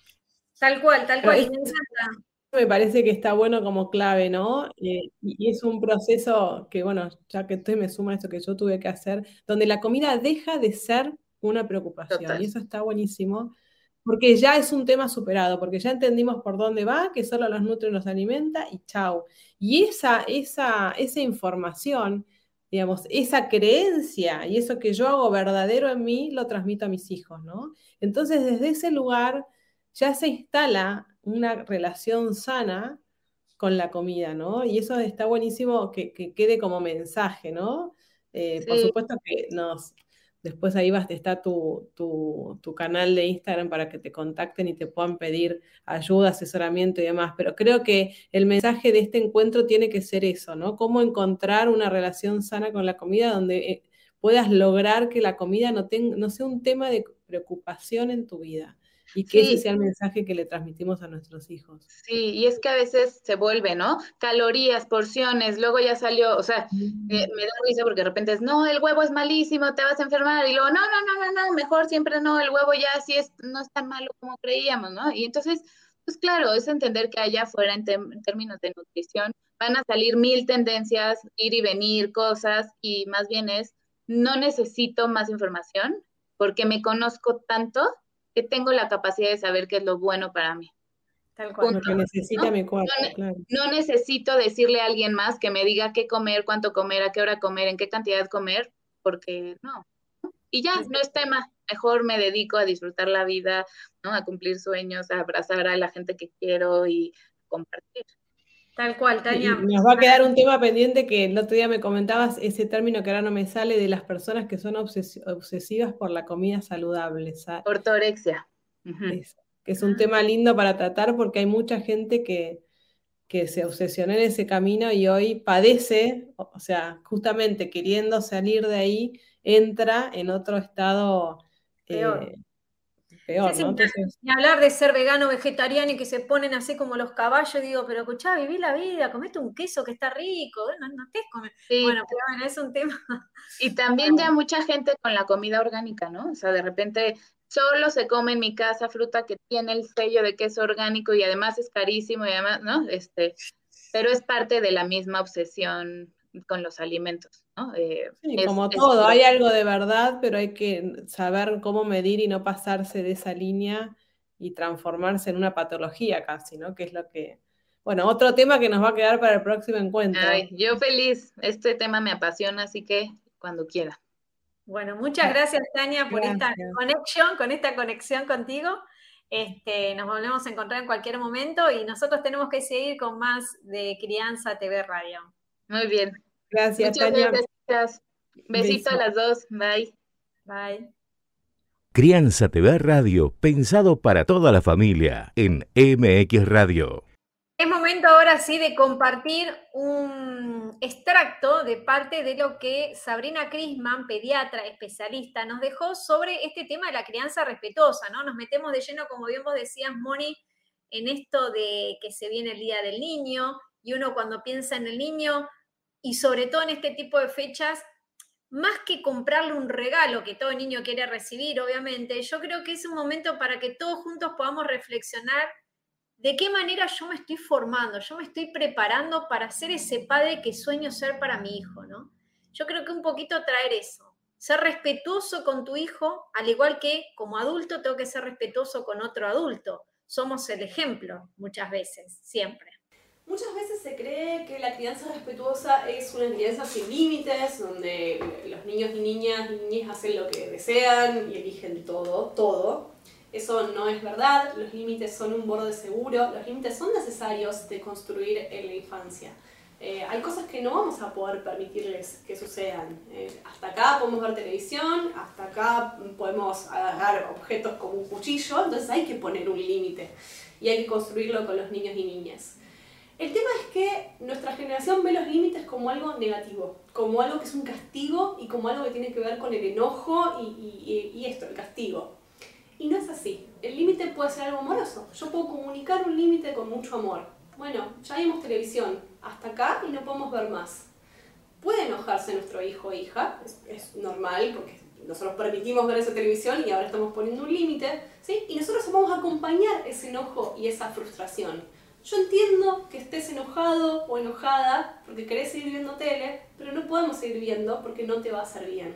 Tal cual, tal cual, y me encanta. Me parece que está bueno como clave, ¿no? Eh, y, y es un proceso que, bueno, ya que usted me suma esto que yo tuve que hacer, donde la comida deja de ser una preocupación. Total. Y eso está buenísimo, porque ya es un tema superado, porque ya entendimos por dónde va, que solo los nutre y nos alimenta, y chau. Y esa, esa, esa información, digamos, esa creencia y eso que yo hago verdadero en mí, lo transmito a mis hijos, ¿no? Entonces, desde ese lugar ya se instala una relación sana con la comida, ¿no? Y eso está buenísimo que, que quede como mensaje, ¿no? Eh, Sí. Por supuesto que nos, después ahí vas, está tu, tu, tu canal de Instagram para que te contacten y te puedan pedir ayuda, asesoramiento y demás, pero creo que el mensaje de este encuentro tiene que ser eso, ¿no? Cómo encontrar una relación sana con la comida donde eh, puedas lograr que la comida no, ten, no sea un tema de preocupación en tu vida. Y que Sí. ese sea el mensaje que le transmitimos a nuestros hijos. Sí, y es que a veces se vuelve, ¿no? Calorías, porciones, luego ya salió, o sea, eh, me da risa porque de repente es, no, el huevo es malísimo, te vas a enfermar, y luego, no, no, no, no, no, mejor siempre no, el huevo ya sí es, no es tan malo como creíamos, ¿no? Y entonces, pues claro, es entender que allá afuera en, tem- en términos de nutrición van a salir mil tendencias, ir y venir, cosas, y más bien es, no necesito más información porque me conozco tanto que tengo la capacidad de saber qué es lo bueno para mí. Tal cual. Lo que necesita ¿no? mi cuerpo, No, claro. No necesito decirle a alguien más que me diga qué comer, cuánto comer, a qué hora comer, en qué cantidad comer, porque no. Y ya, no es tema. Mejor me dedico a disfrutar la vida, ¿no? A cumplir sueños, a abrazar a la gente que quiero y compartir. Tal cual, Tania. Y nos va a quedar un tema pendiente que el otro día me comentabas, ese término que ahora no me sale, de las personas que son obses obsesivas por la comida saludable. Ortorexia. Uh-huh. Es, que es un tema lindo para tratar porque hay mucha gente que, que se obsesionó en ese camino y hoy padece, o sea, justamente queriendo salir de ahí, entra en otro estado peor. Eh, peor, sí, sí, ¿no? Entonces, ni hablar de ser vegano, vegetariano y que se ponen así como los caballos, digo, pero escuchá, viví la vida, comete un queso que está rico, no, no te comes. Sí. Bueno, pero bueno, es un tema. Y también ya mucha gente con la comida orgánica, ¿no? O sea, de repente solo se come en mi casa fruta que tiene el sello de que es orgánico y además es carísimo y además, ¿no? Este, pero es parte de la misma obsesión con los alimentos, ¿no? Eh, sí, es, como es todo, puro. hay algo de verdad, pero hay que saber cómo medir y no pasarse de esa línea y transformarse en una patología casi, ¿no? Que es lo que... Bueno, otro tema que nos va a quedar para el próximo encuentro. Ay, yo feliz, este tema me apasiona, así que cuando quiera. Bueno, muchas gracias, Tania, por Gracias. esta conexión, con esta conexión contigo. Este, nos volvemos a encontrar en cualquier momento y nosotros tenemos que seguir con más de Crianza T V Radio. Muy bien. Gracias, Muchas Tania. gracias. Besito Beso. a las dos. Bye. Bye. Crianza T V Radio, pensado para toda la familia, en M X Radio. Es momento ahora sí de compartir un extracto de parte de lo que Sabrina Crisman, pediatra especialista, nos dejó sobre este tema de la crianza respetuosa, ¿no? Nos metemos de lleno, como bien vos decías, Moni, en esto de que se viene el Día del Niño, y uno cuando piensa en el niño, y sobre todo en este tipo de fechas, más que comprarle un regalo que todo niño quiere recibir, obviamente, yo creo que es un momento para que todos juntos podamos reflexionar de qué manera yo me estoy formando, yo me estoy preparando para ser ese padre que sueño ser para mi hijo, ¿no? Yo creo que un poquito traer eso, ser respetuoso con tu hijo, al igual que como adulto tengo que ser respetuoso con otro adulto. Somos el ejemplo muchas veces, siempre. Muchas veces se cree que la crianza respetuosa es una crianza sin límites, donde los niños y niñas, niñas hacen lo que desean y eligen todo, todo. Eso no es verdad, los límites son un borde seguro, los límites son necesarios de construir en la infancia. Eh, hay cosas que no vamos a poder permitirles que sucedan. Eh, hasta acá podemos ver televisión, hasta acá podemos agarrar objetos como un cuchillo, entonces hay que poner un límite y hay que construirlo con los niños y niñas. El tema es que nuestra generación ve los límites como algo negativo, como algo que es un castigo y como algo que tiene que ver con el enojo y, y, y esto, el castigo. Y no es así. El límite puede ser algo amoroso. Yo puedo comunicar un límite con mucho amor. Bueno, ya vimos televisión, hasta acá y no podemos ver más. Puede enojarse nuestro hijo o hija, es, es normal porque nosotros permitimos ver esa televisión y ahora estamos poniendo un límite, ¿sí? Y nosotros vamos a acompañar ese enojo y esa frustración. Yo entiendo que estés enojado o enojada porque querés seguir viendo tele, pero no podemos seguir viendo porque no te va a hacer bien.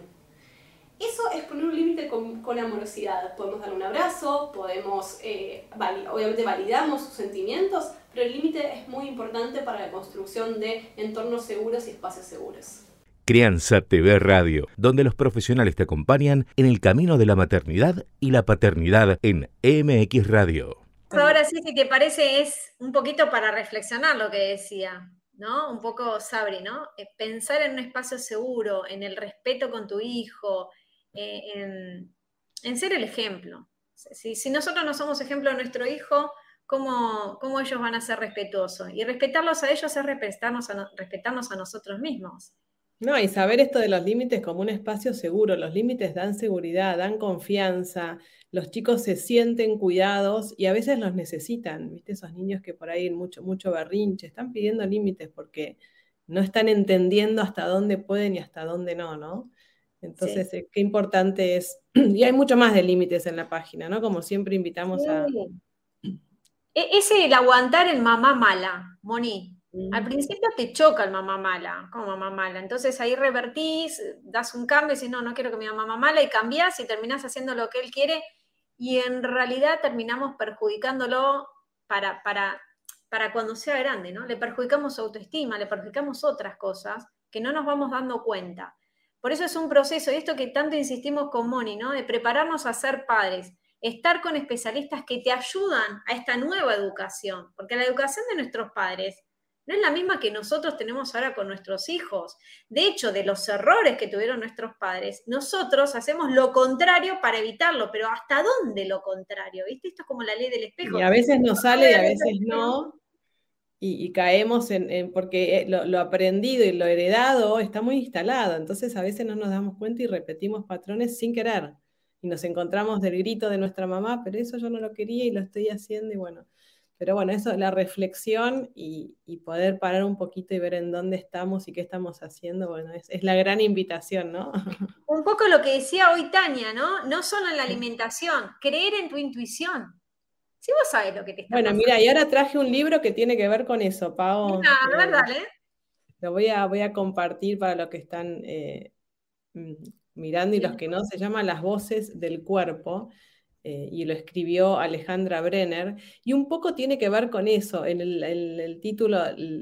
Eso es poner un límite con, con amorosidad. Podemos dar un abrazo, podemos, eh, vali- obviamente validamos sus sentimientos, pero el límite es muy importante para la construcción de entornos seguros y espacios seguros. Crianza T V Radio, donde los profesionales te acompañan en el camino de la maternidad y la paternidad en E M X Radio. Ahora sí, si te parece, es un poquito para reflexionar lo que decía, ¿no? Un poco Sabri, ¿no? Eh, Pensar en un espacio seguro, en el respeto con tu hijo, eh, en, en ser el ejemplo. Si, si nosotros no somos ejemplo de nuestro hijo, ¿cómo, cómo ellos van a ser respetuosos? Y respetarlos a ellos es respetarnos a, no- respetarnos a nosotros mismos. No, y saber esto de los límites como un espacio seguro. Los límites dan seguridad, dan confianza. Los chicos se sienten cuidados y a veces los necesitan. ¿Viste? Esos niños que por ahí mucho, mucho berrinche están pidiendo límites porque no están entendiendo hasta dónde pueden y hasta dónde no, ¿no? Entonces, eh, qué importante es. Y hay mucho más de límites en la página, ¿no? Como siempre invitamos a. Sí. E- Ese el aguantar el mamá mala, Moni. Al Mm. principio te choca el mamá mala, como mamá mala. Entonces ahí revertís, das un cambio y decís, no, no quiero que mi mamá mala, y cambiás y terminás haciendo lo que él quiere, y en realidad terminamos perjudicándolo para, para, para cuando sea grande, ¿no? Le perjudicamos su autoestima, le perjudicamos otras cosas que no nos vamos dando cuenta. Por eso es un proceso, y esto que tanto insistimos con Moni, ¿no? De prepararnos a ser padres, estar con especialistas que te ayudan a esta nueva educación, porque la educación de nuestros padres no es la misma que nosotros tenemos ahora con nuestros hijos. De hecho, de los errores que tuvieron nuestros padres, nosotros hacemos lo contrario para evitarlo, pero ¿hasta dónde lo contrario? ¿Viste? Esto es como la ley del espejo. Y a veces nos sale y a veces no, y, y caemos en, en- porque eh, lo, lo aprendido y lo heredado está muy instalado, entonces a veces no nos damos cuenta y repetimos patrones sin querer, y nos encontramos del grito de nuestra mamá, pero eso yo no lo quería y lo estoy haciendo, y bueno, pero bueno, eso, la reflexión y, y poder parar un poquito y ver en dónde estamos y qué estamos haciendo, bueno, es, es la gran invitación, ¿no? Un poco lo que decía hoy Tania, ¿no? No solo en la alimentación, creer en tu intuición. Si vos sabés lo que te está Bueno, pasando. mira, y ahora traje un libro que tiene que ver con eso, Pau. Mira, a ver, Eh, dale. Lo voy a, voy a compartir para los que están eh, mm, mirando y los que no. Se llama Las voces del cuerpo, eh, y lo escribió Alejandra Brenner. Y un poco tiene que ver con eso. En el, el- el título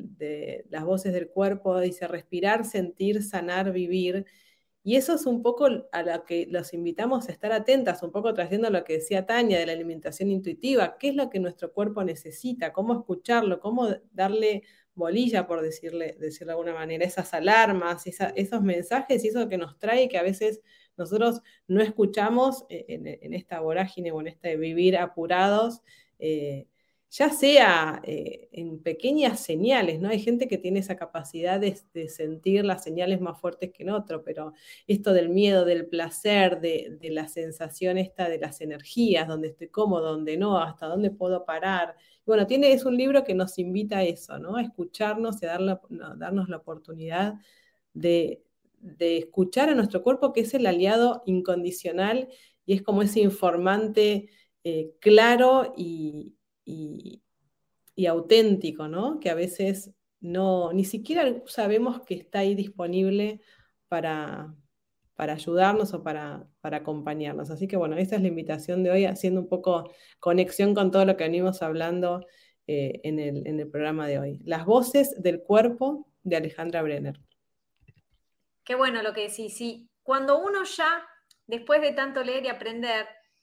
de Las voces del cuerpo dice respirar, sentir, sanar, vivir. Y eso es un poco a lo que los invitamos a estar atentas, un poco trayendo lo que decía Tania de la alimentación intuitiva, qué es lo que nuestro cuerpo necesita, cómo escucharlo, cómo darle bolilla, por decirle, decirlo de alguna manera, esas alarmas, esa- esos mensajes y eso que nos trae que a veces nosotros no escuchamos eh, en, en esta vorágine o en este vivir apurados, eh, ya sea eh, en pequeñas señales, ¿no? Hay gente que tiene esa capacidad de, de sentir las señales más fuertes que en otro, pero esto del miedo, del placer, de, de la sensación esta de las energías, donde estoy cómodo, donde no, hasta dónde puedo parar. Bueno, tiene, es un libro que nos invita a eso, ¿no? A escucharnos y a darle- no, darnos la oportunidad de, de escuchar a nuestro cuerpo, que es el aliado incondicional y es como ese informante eh, claro y, y- y auténtico, ¿no? Que a veces no, ni siquiera sabemos que está ahí disponible para, para ayudarnos o para, para acompañarnos. Así que bueno, esa es la invitación de hoy, haciendo un poco conexión con todo lo que venimos hablando eh, en el, en el programa de hoy. Las voces del cuerpo de Alejandra Brenner. Qué bueno lo que decís. Sí, cuando uno ya, después de tanto leer y aprender,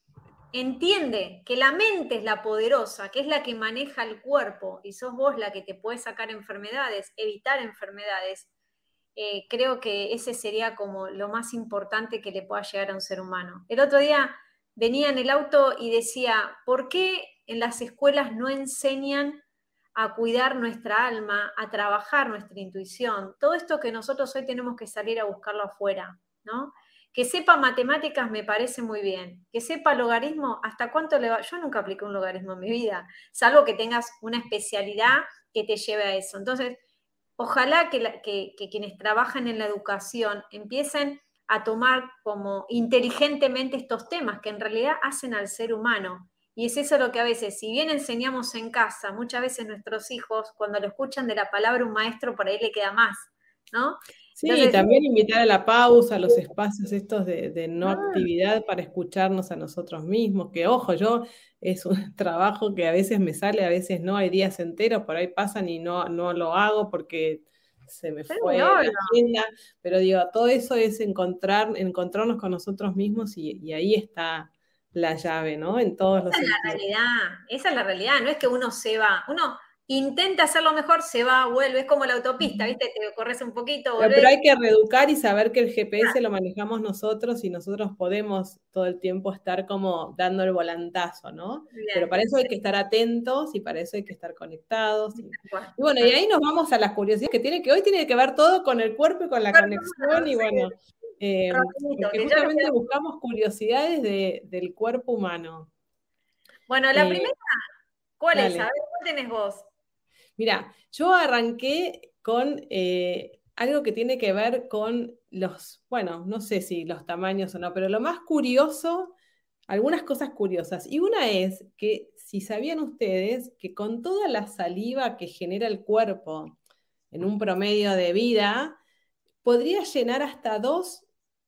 entiende que la mente es la poderosa, que es la que maneja el cuerpo, y sos vos la que te puede sacar enfermedades, evitar enfermedades, eh, creo que ese sería como lo más importante que le pueda llegar a un ser humano. El otro día venía en el auto y decía, ¿por qué en las escuelas no enseñan a cuidar nuestra alma, a trabajar nuestra intuición? Todo esto que nosotros hoy tenemos que salir a buscarlo afuera, ¿no? Que sepa matemáticas me parece muy bien. Que sepa logaritmo, ¿hasta cuánto le va? Yo nunca apliqué un logaritmo en mi vida, salvo que tengas una especialidad que te lleve a eso. Entonces, ojalá que, la, que, que quienes trabajan en la educación empiecen a tomar como inteligentemente estos temas que en realidad hacen al ser humano. Y es eso lo que a veces, si bien enseñamos en casa, muchas veces nuestros hijos, cuando lo escuchan de la palabra un maestro, por ahí le queda más, ¿no? Sí, Entonces, también invitar a la pausa, a los espacios estos de, de no actividad para escucharnos a nosotros mismos, que ojo, yo es un trabajo que a veces me sale, a veces no, hay días enteros, por ahí pasan y no, no lo hago porque se me pero fue no, la no. agenda, pero digo, todo eso es encontrar, encontrarnos con nosotros mismos y, y ahí está la llave, ¿no? En todos los Esa es la sentidos. realidad, esa es la realidad, no es que uno se va, uno intenta hacerlo mejor, se va, vuelve, es como la autopista, ¿viste? Te corres un poquito, Pero, volvés. pero hay que reeducar y saber que el G P S lo manejamos nosotros y nosotros podemos todo el tiempo estar como dando el volantazo, ¿no? Bien. Pero para eso hay que estar atentos y para eso hay que estar conectados. Y, Bueno, y bueno, y ahí nos vamos a las curiosidades que tiene, que hoy tiene que ver todo con el cuerpo y con la Cuerpo conexión humano, y sí. bueno, eh, Rapidito, porque que ya justamente nos queda- buscamos curiosidades de, del cuerpo humano. Bueno, la Eh, primera, ¿cuál es? A dale. ver, ¿cuál tenés vos? Mira, yo arranqué con eh, algo que tiene que ver con los, bueno, no sé si los tamaños o no, pero lo más curioso, algunas cosas curiosas. Y una es que si sabían ustedes que con toda la saliva que genera el cuerpo en un promedio de vida, podría llenar hasta dos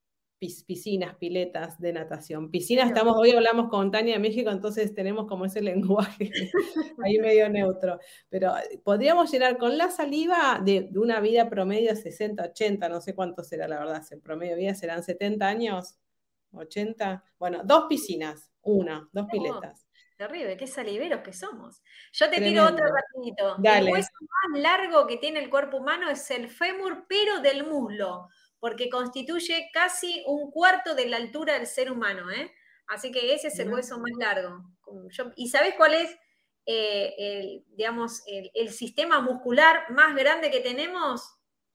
piscinas, piletas de natación. Piscinas, estamos, hoy hablamos con Tania de México, entonces tenemos como ese lenguaje ahí medio neutro. Pero podríamos llenar con la saliva de, de una vida promedio sesenta, ochenta, no sé cuánto será la verdad, en promedio de vida serán setenta años, ochenta. Bueno, dos piscinas, una, dos piletas. Terrible, qué saliveros que somos. Yo te Tremendo. tiro otro rapidito. Dale. El hueso más largo que tiene el cuerpo humano es el fémur, pero del muslo, porque constituye casi un cuarto de la altura del ser humano, ¿eh? Así que ese es el hueso más largo. Yo, ¿y sabés cuál es, eh, el, digamos, el, el sistema muscular más grande que tenemos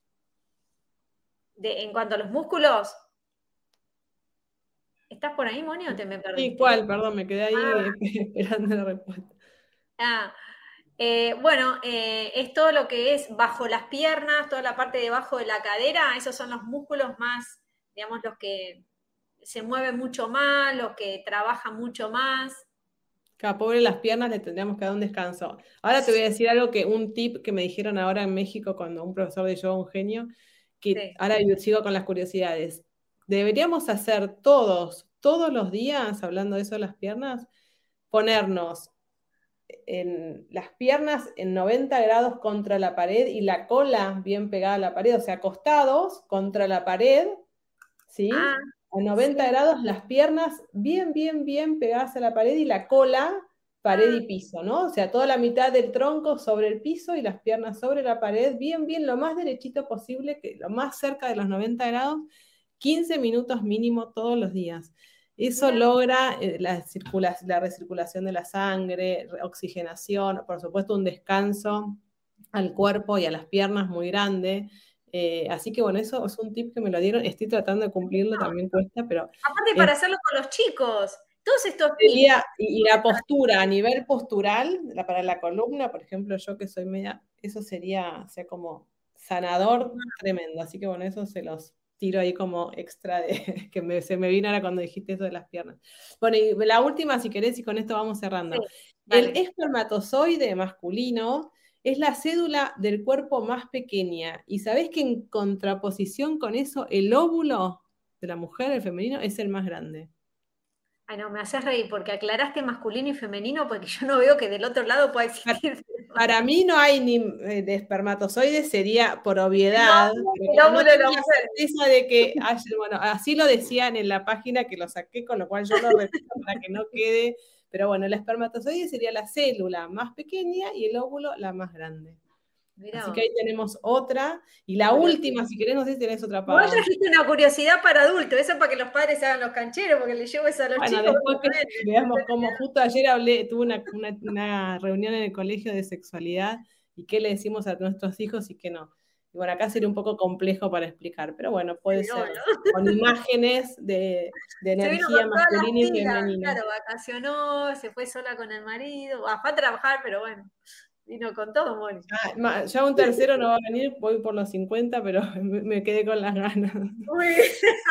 de, en cuanto a los músculos? ¿Estás por ahí, Moni, o te me perdiste? Sí, ¿cuál? Perdón, me quedé ahí Ah. esperando la respuesta. Ah, eh, bueno, eh, es todo lo que es bajo las piernas, toda la parte debajo de la cadera, esos son los músculos más, digamos, los que se mueven mucho más, los que trabajan mucho más. Cada pobre las piernas le tendríamos que dar un descanso. Ahora te voy a decir algo que, un tip que me dijeron ahora en México cuando un profesor de yoga, un genio, que Sí. ahora yo sigo con las curiosidades. Deberíamos hacer todos, todos los días, hablando de eso de las piernas, ponernos en las piernas en noventa grados contra la pared y la cola bien pegada a la pared, o sea, acostados contra la pared, ¿sí? Ah, A noventa sí. grados, las piernas bien, bien, bien pegadas a la pared y la cola, pared y piso, ¿no? O sea, toda la mitad del tronco sobre el piso y las piernas sobre la pared, bien, bien, lo más derechito posible, que lo más cerca de los noventa grados, quince minutos mínimo todos los días. Eso Mira. logra eh, la, circula la recirculación de la sangre, oxigenación, por supuesto un descanso al cuerpo y a las piernas muy grande. Eh, así que bueno, eso es un tip que me lo dieron, estoy tratando de cumplirlo, también cuesta, pero... Aparte es, para hacerlo con los chicos, todos estos sería, tips. y, y la postura, a nivel postural, la, para la columna, por ejemplo, yo que soy media, eso sería, o sea, como sanador tremendo, así que bueno, eso se los tiro ahí como extra de que me, se me vino ahora cuando dijiste eso de las piernas. Bueno, y la última, si querés, y con esto vamos cerrando. Sí, vale. El espermatozoide masculino es la cédula del cuerpo más pequeña. Y sabés que en contraposición con eso, el óvulo de la mujer, el femenino, es el más grande. Ay, no, me haces reír porque aclaraste masculino y femenino porque yo no veo que del otro lado pueda existir. Para mí no hay ni eh, de espermatozoides, sería por obviedad. No, pero el óvulo no de tengo la la mujer. certeza de que, haya- bueno, así lo decían en la página que lo saqué, con lo cual yo lo repito para que no quede. Pero bueno, el espermatozoide sería la célula más pequeña y el óvulo la más grande. Mirá Así vos. que ahí tenemos otra. Y la última, si querés, no sé si tenés otra Vos para. trajiste una curiosidad para adultos, eso para que los padres se hagan los cancheros, porque les llevo eso a los Bueno, chicos. después que veamos cómo, justo ayer hablé, tuve una, una, una reunión en el colegio de sexualidad y qué le decimos a nuestros hijos y qué no. Y bueno, acá sería un poco complejo para explicar, pero bueno, puede Sí, ser obvio. con imágenes de, de Se vino energía con todas las masculina y pilas, femenina. claro, vacacionó, se fue sola con el marido, bah, fue a trabajar, pero bueno, vino con todo, Moni. Ah, ma- ya un tercero no va a venir, voy por los cincuenta, pero me, me quedé con las ganas. Muy bien.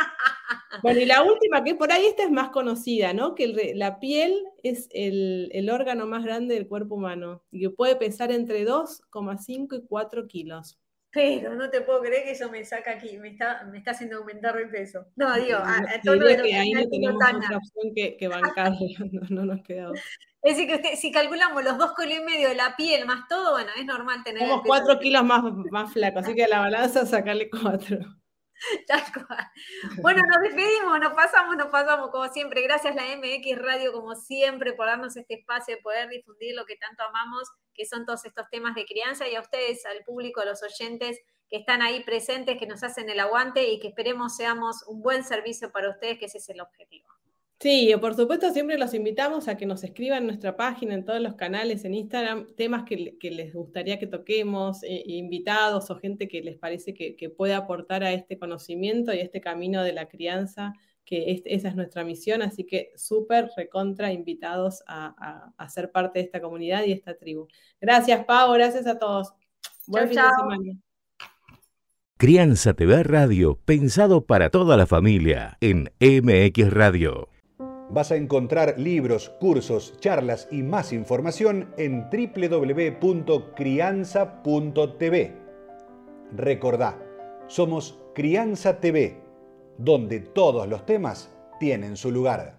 Bueno, y la última, que por ahí esta es más conocida, ¿no? Que el re- la piel es el, el órgano más grande del cuerpo humano y que puede pesar entre dos coma cinco y cuatro kilos. Pero no te puedo creer que eso me saca aquí, me está, me está haciendo aumentar el peso. No, digo, a, No, a te tono de diría lo que que ahí está no diciendo tenemos Tana. otra opción que, que bancarlo, no, no nos queda otra. Es decir, que usted, si calculamos los dos kilos y medio de la piel más todo, bueno, es normal tener Somos el peso. cuatro kilos más, más flacos, así que a la balanza sacarle cuatro. Tal cual. Bueno, nos despedimos, nos pasamos, nos pasamos como siempre. Gracias la M X Radio como siempre por darnos este espacio de poder difundir lo que tanto amamos, que son todos estos temas de crianza, y a ustedes, al público, a los oyentes que están ahí presentes, que nos hacen el aguante y que esperemos seamos un buen servicio para ustedes, que ese es el objetivo. Sí, por supuesto siempre los invitamos a que nos escriban en nuestra página, en todos los canales, en Instagram, temas que, que les gustaría que toquemos, eh, invitados o gente que les parece que, que puede aportar a este conocimiento y a este camino de la crianza, que es, esa es nuestra misión, así que súper recontra invitados a, a, a ser parte de esta comunidad y esta tribu. Gracias, Pau, gracias a todos. Buen Chau, fin chau. de semana. Crianza T V Radio, pensado para toda la familia, en M X Radio. Vas a encontrar libros, cursos, charlas y más información en doble u doble u doble u punto crianza punto t v. Recordá, somos Crianza T V, donde todos los temas tienen su lugar.